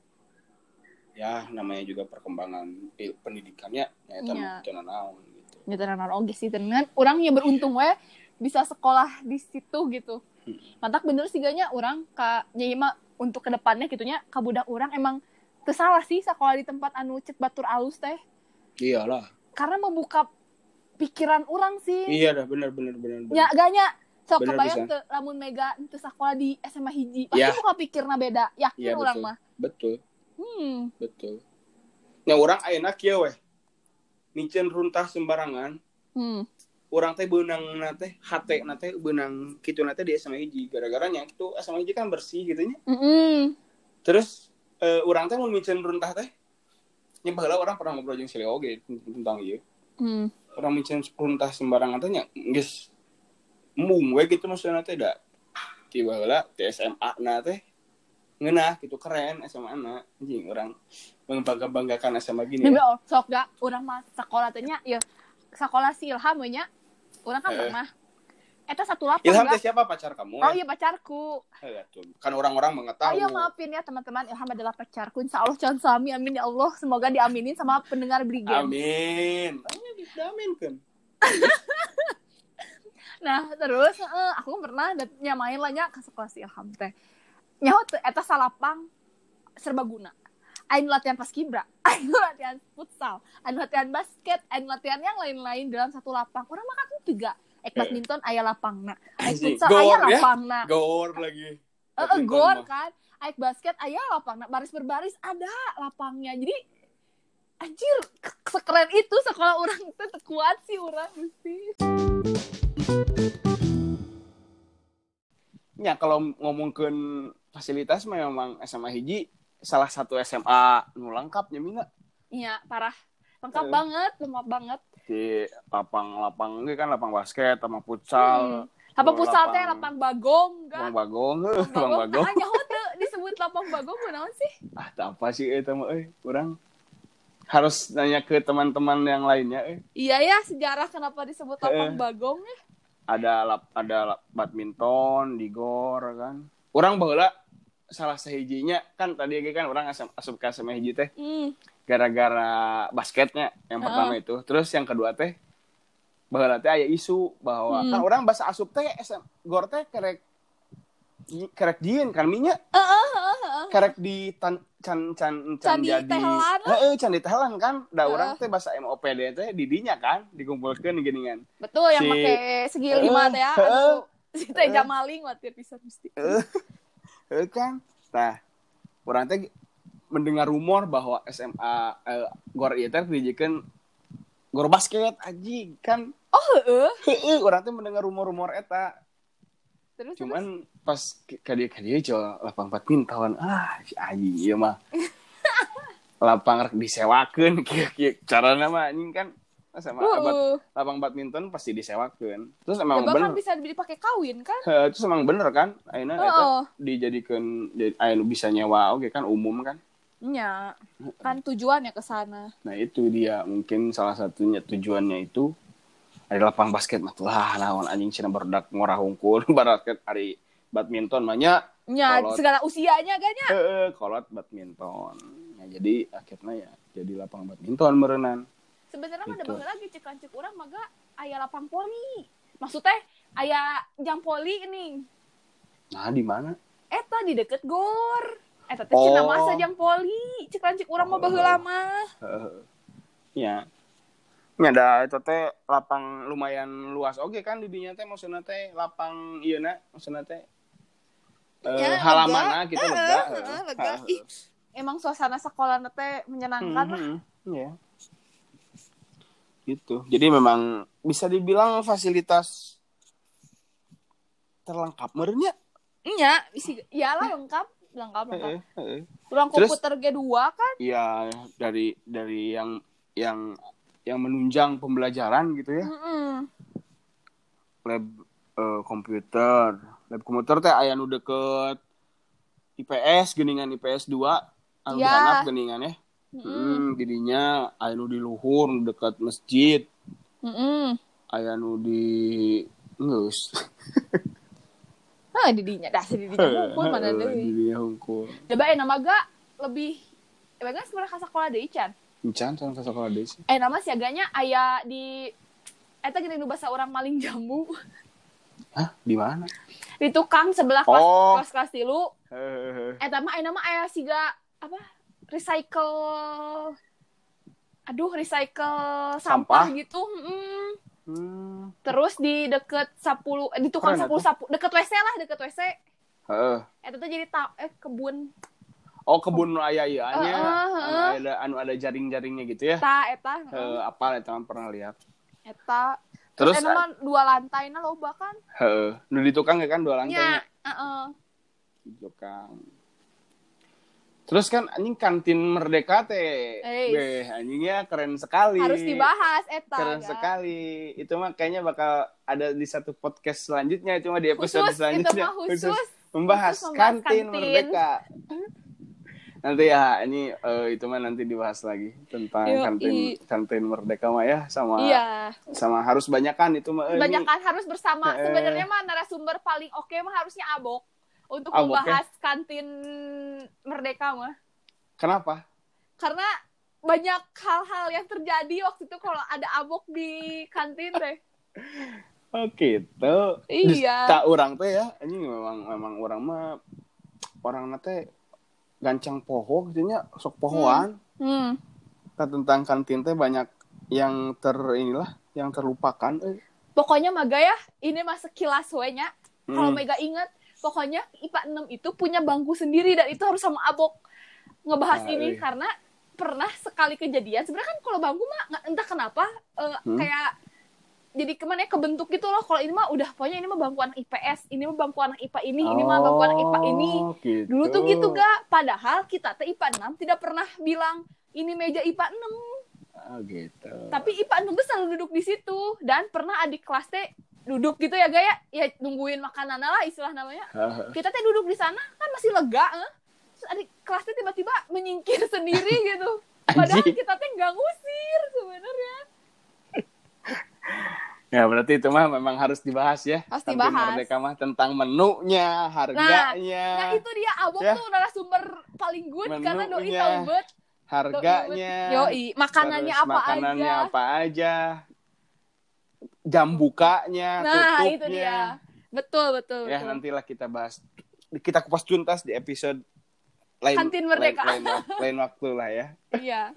namanya juga perkembangan pendidikannya ya zona naon gitu. Ya zona naon oge sih dengan urang yang beruntung we bisa sekolah di situ gitu. Mantak bener sih ganya urang ka nya mah untuk kedepannya gitunya kabudak orang emang tersalah sih sekolah di tempat anu cek batur alus teh. Iyalah. Karena membuka pikiran orang sih. Iya dah benar. Ya gaknya sok kebayang teu lamun mega teu sekolah di SMA hiji. Pasti buka pikirna beda. Yakin orang mah. Betul. Betul. Nya urang ayeuna kieu we. Micen runtah sembarangan. Urang teh beunangna teh hatena teh beunang kituna teh di SMA hiji gara-gara nya kitu SMA hiji kan bersih gitu nya. Terus urang teh mun micen runtah teh nya baheula urang pernah ngobrol jeung si Leo ge tentang ieu. Urang micen runtah sembarangan teh nya geus mung we gitu maksudna teh da. Ti baheula di SMA na teh ngeunah gitu keren SMA na anjing urang bangga-banggakan SMA gini. Ya. Sok da urang mah sakola teh nya ya sakola si Ilham we nya. Orang kan pernah. Eta 18 Ilham teh siapa pacar kamu? Oh iya pacarku. Kan orang-orang mengetahui. Oh iya maafin ya teman-teman, Ilham adalah pacarku. Insya Allah calon suami, amin ya Allah. Semoga diaminin sama pendengar Brigen. Amin. Amin kan. Nah terus aku pernah nyamain lah nya ke sekolah si Ilham teh. Nyaho eta salapang serbaguna. Aing latihan paskibra, aing latihan futsal, aing latihan basket, aing latihan yang lain-lain dalam satu lapang. Orang mah kan 3. Badminton aya lapangna, aing futsal aya lapangna. Gor lagi. Gor kan. Aing basket aya lapangna, baris berbaris ada lapangnya. Jadi anjir, sekeren itu sekolah orang teh kuat sih urang mesti. Ya kalau ngomongkeun fasilitas memang SMA hiji salah satu SMA nu lengkap nya Mina. Iya, parah. Lengkap banget. Di lapang ge kan lapang basket sama futsal. Lapang futsal teh lapang bagong enggak? Lapang bagong. Hanya teu disebut lapang bagong kunaon sih? Teu apa sih eta mah urang harus nanya ke teman-teman yang lainnya Iya ya, sejarah kenapa disebut lapang bagong ya? Ada badminton di gor kan. Urang baheula salah sahijinya kan tadi kan orang asup ke SMA hiji teh gara-gara basketnya yang pertama itu. Terus yang kedua teh baheula teh aya isu bahwa kan orang basa asup teh gor teh kerek jieun kan minya. Kerek di can jadi heeh can ditehelan kan da urang teh basa MOPD teh di dinya kan dikumpulkeun geuningan. Betul yang make segi 5 teh ya. Aduh si teh jamaling watir pisan mesti. Kan, orang teh mendengar rumor bahwa SMA gor ieu teh dijikeun gor basket anjing kan. Orang teh mendengar rumor eta. Cuman pas ka dia coba lapang badminton, si anjing ieu mah. Lapang rek disewakeun kieu carana mah anjing kan sama lapang badminton pasti disewakeun. Terus emang ya, bener kan bisa dipakai kawin kan? Terus emang bener kan ayeuna eta dijadikeun anu bisa nyewa oke kan umum kan? Nya. Kan tujuannya ke sana. Nah, itu dia mungkin salah satunya tujuannya itu ada lapang basket mah lah naon anjing cenah barudak ngorah hungkul basket ari badminton mah nya segala usianya ganya. Kolot badminton. Nah, jadi akhirnya ya jadi lapang badminton meureunnan. Sebenarnya mah gitu. Ada lagi cek urang mah aya lapang poli. Maksudnya aya jang poli ini. Nah, di mana? Eta di deket gor. Eta teh cenah masa jang poli. Cek urang mah baheula mah. Ya. Nya da eta teh lapang lumayan luas oge kan di dinya teh maksudna teh lapang ieu na maksudna teh halamanna gitu lega. Emang suasana sekolah teh menyenangkan lah. Iya. Gitu. Jadi memang bisa dibilang fasilitas terlengkap meureun nya. Iya, iyalah lengkap. Ruang komputer G2 kan? Iya, dari yang menunjang pembelajaran gitu ya. Lab komputer teh aya nu deket IPS geuningan IPS 2 anu dihandap geuningan ya. Jadinya aya nu di luhur nu dekat masjid. Aya nu di geus. Di dinya hungkul mana deui. Di dinya hungkul. Coba nama lebih bagus sebenarnya ka sakola deui can. Encan ka sakola deui sih. Nama siaganya aya di eta geuning nu basa urang maling jambu. Hah, di mana? Di tukang sebelah kelas 3. Eta mah nama aya siga apa? Recycle sampah gitu. Terus di deket di tukang sapu deket WC. Eta tuh jadi kebun. Kebun aya ieunya. Ada jaring-jaringnya gitu ya. Eta. Apal eta pernah lihat. Eta. Terus mah 2 lantainya loba kan? Nu di tukang kan 2 lantainya. Di tukang. Terus kan anjing kantin Merdeka teh. Anjingnya keren sekali. Harus dibahas eta. Keren sekali. Itu mah kayaknya bakal ada di satu podcast selanjutnya, itu mah di episode selanjutnya. Khusus membahas kantin Merdeka. Nanti ya ini itu mah nanti dibahas lagi tentang kantin Merdeka mah ya sama harus banyakan itu mah. Banyakan harus bersama. Sebenarnya mah narasumber paling oke mah harusnya Abok. Untuk membahas kantin Merdeka mah. Kenapa? Karena banyak hal-hal yang terjadi waktu itu kalau ada Abok di kantin teh. Gitu. Iya. Tak orang teh ya, ini memang orang mah orang teh gancang poho gitu nya, sok pohoan. Tentang kantin teh banyak yang yang terlupakan. Pokoknya Maga ya, ini mah sekilas we nya. Kalau Mega ingat pokoknya IPA 6 itu punya bangku sendiri dan itu harus sama Abok ngebahas ini karena pernah sekali kejadian. Sebenarnya kan kalau bangku mah entah kenapa kayak jadi kemana ya kebentuk gitu loh. Kalau ini mah udah pokoknya ini mah bangku anak IPS, ini mah bangku anak IPA ini mah bangku anak IPA ini. Gitu. Dulu tuh gitu padahal kita teh IPA 6 tidak pernah bilang ini meja IPA 6. Gitu. Tapi IPA 6 tuh selalu duduk di situ dan pernah adik kelas teh duduk gitu ya Gaya, ya nungguin makanan lah istilah namanya. Kita teh duduk di sana kan masih lega, terus adik kelasnya tiba-tiba menyingkir sendiri gitu. Padahal kita teh nggak ngusir sebenarnya. Ya berarti itu mah memang harus dibahas ya. Harus dibahas. Merdeka mah tentang menunya, harganya. Nah itu dia Abok tuh narasumber paling good karena doi tahu bet. Harganya. Yoi, makanannya apa aja. Jam bukanya, tutupnya. Itu dia. Betul. Ya, nantilah kita bahas. Kita kupas tuntas di episode Kantin Merdeka. Lain waktu lah ya. Iya.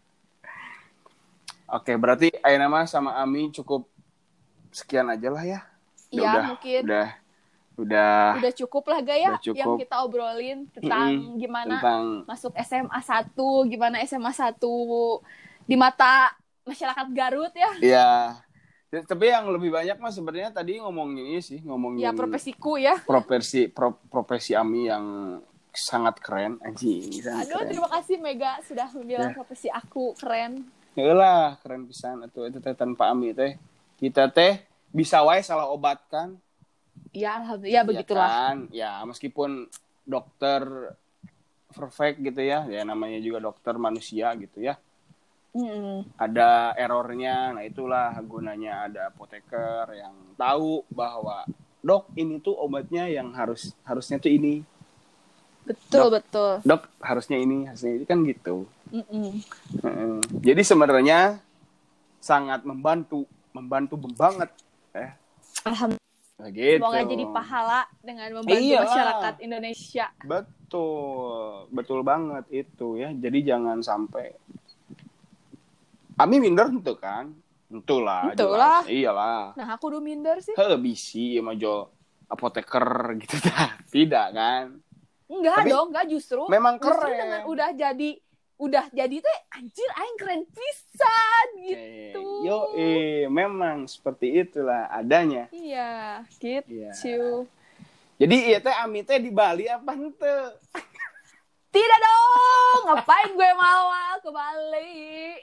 Oke, berarti Aina mah sama Ami cukup sekian aja lah ya. Iya, mungkin. Udah cukup lah Gaya yang kita obrolin tentang gimana masuk SMA 1, gimana SMA 1 di mata masyarakat Garut ya. Iya. Tapi yang lebih banyak mah sebenarnya tadi ngomongin ya profesiku ya. Profesi Ami yang sangat keren anjing. Aduh, terima kasih Mega sudah bilang profesi aku keren. Yalah, keren pisan itu teh tanpa Ami teh. Kita teh bisa wae salah obatkan. Ya alhamdulillah begitulah. Kan? Ya meskipun dokter perfect gitu ya namanya juga dokter manusia gitu ya. Ada errornya, nah itulah gunanya ada apoteker yang tahu bahwa dok ini tuh obatnya yang harusnya tuh ini. Betul. Dok harusnya ini kan gitu. Jadi sebenarnya sangat membantu banget. Alhamdulillah. Gitu. Semoga jadi pahala dengan membantu masyarakat Indonesia. Betul banget itu ya. Jadi jangan sampai Ami minder tuh kan. Itulah. Iyalah. Nah, aku udah minder sih. Bisi mah jual apoteker gitu dah. Tidak kan? Enggak justru. Memang keren. Justru dengan udah jadi teh anjir aing keren pisan gitu. Memang seperti itulah adanya. Iya, gitu. Iya. Jadi iya teh Ami teh di Bali apa henteu? Tidak dong, ngapain gue mau ke Bali?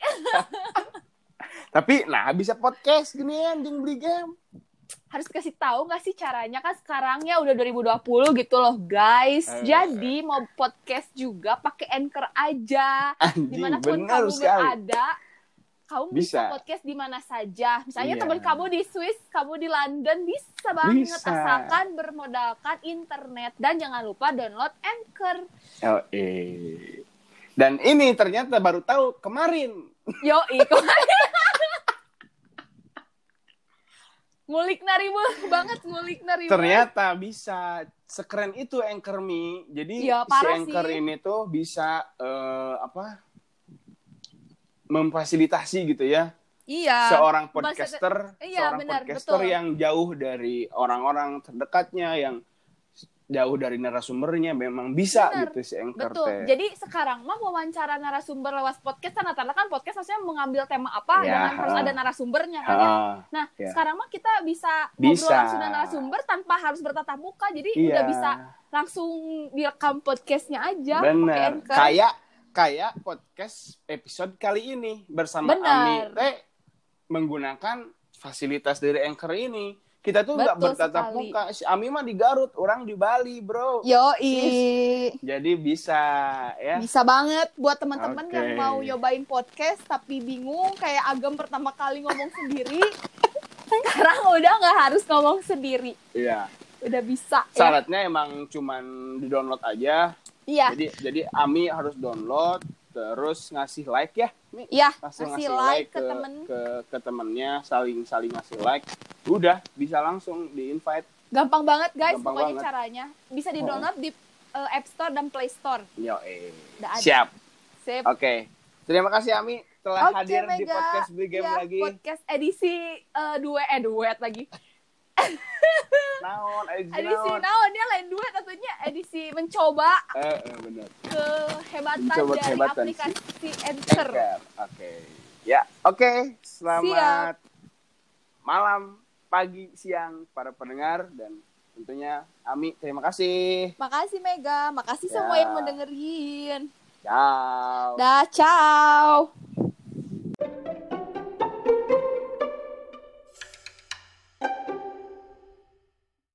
Tapi bisa podcast ginian jeung beli game. Harus kasih tahu nggak sih caranya, kan sekarangnya udah 2020 gitu loh guys. Jadi mau podcast juga pakai Anchor aja. Dimanapun kamu berada, kamu bisa podcast di mana saja. Misalnya teman kamu di Swiss, kamu di London, bisa banget asalkan bermodalkan internet. Dan jangan lupa download Anchor. Dan ini ternyata baru tahu kemarin. Kemarin. Ngulik banget. Ternyata bisa sekeren itu Anchor Me. Jadi si Anchor ini tuh bisa memfasilitasi gitu ya. Iya. Seorang podcaster yang jauh dari orang-orang terdekatnya, yang jauh dari narasumbernya, memang bisa gitu si Anchor. Betul. Jadi sekarang mah wawancara narasumber lewat podcast kan kan podcast maksudnya mengambil tema apa dengan harus ada narasumbernya kan ya. Nah, sekarang mah kita bisa ngobrol langsung dengan narasumber tanpa harus bertatap muka. Jadi udah bisa langsung direkam podcastnya aja pakai Anchor. Kayak podcast episode kali ini bersama Ami menggunakan fasilitas dari Anchor ini. Kita tuh nggak bertatap muka. Si Ami mah di Garut, orang di Bali, bro. Jadi bisa ya. Bisa banget buat teman-teman yang mau nyobain podcast tapi bingung kayak Agam pertama kali ngomong sendiri. Sekarang udah nggak harus ngomong sendiri. Iya. Udah bisa. Syaratnya emang cuman di-download aja. Iya. Jadi Ami harus download, terus ngasih like ya. Iya, ngasih like ke temennya, saling ngasih like. Udah bisa langsung di-invite. Gampang banget guys, pokoknya caranya. Bisa di-download di App Store dan Play Store. Siap. Oke. Terima kasih Ami telah hadir Mega. Di podcast Beli Game lagi. Podcast edisi duet lagi. edisi naon dia lain duet tentunya edisi mencoba benar. Kehebatan dari aplikasi Anchor. Oke. Selamat malam, pagi, siang para pendengar, dan tentunya Ami terima kasih. Makasih Mega, makasih semua yang mendengerin. Ciao. Ciao.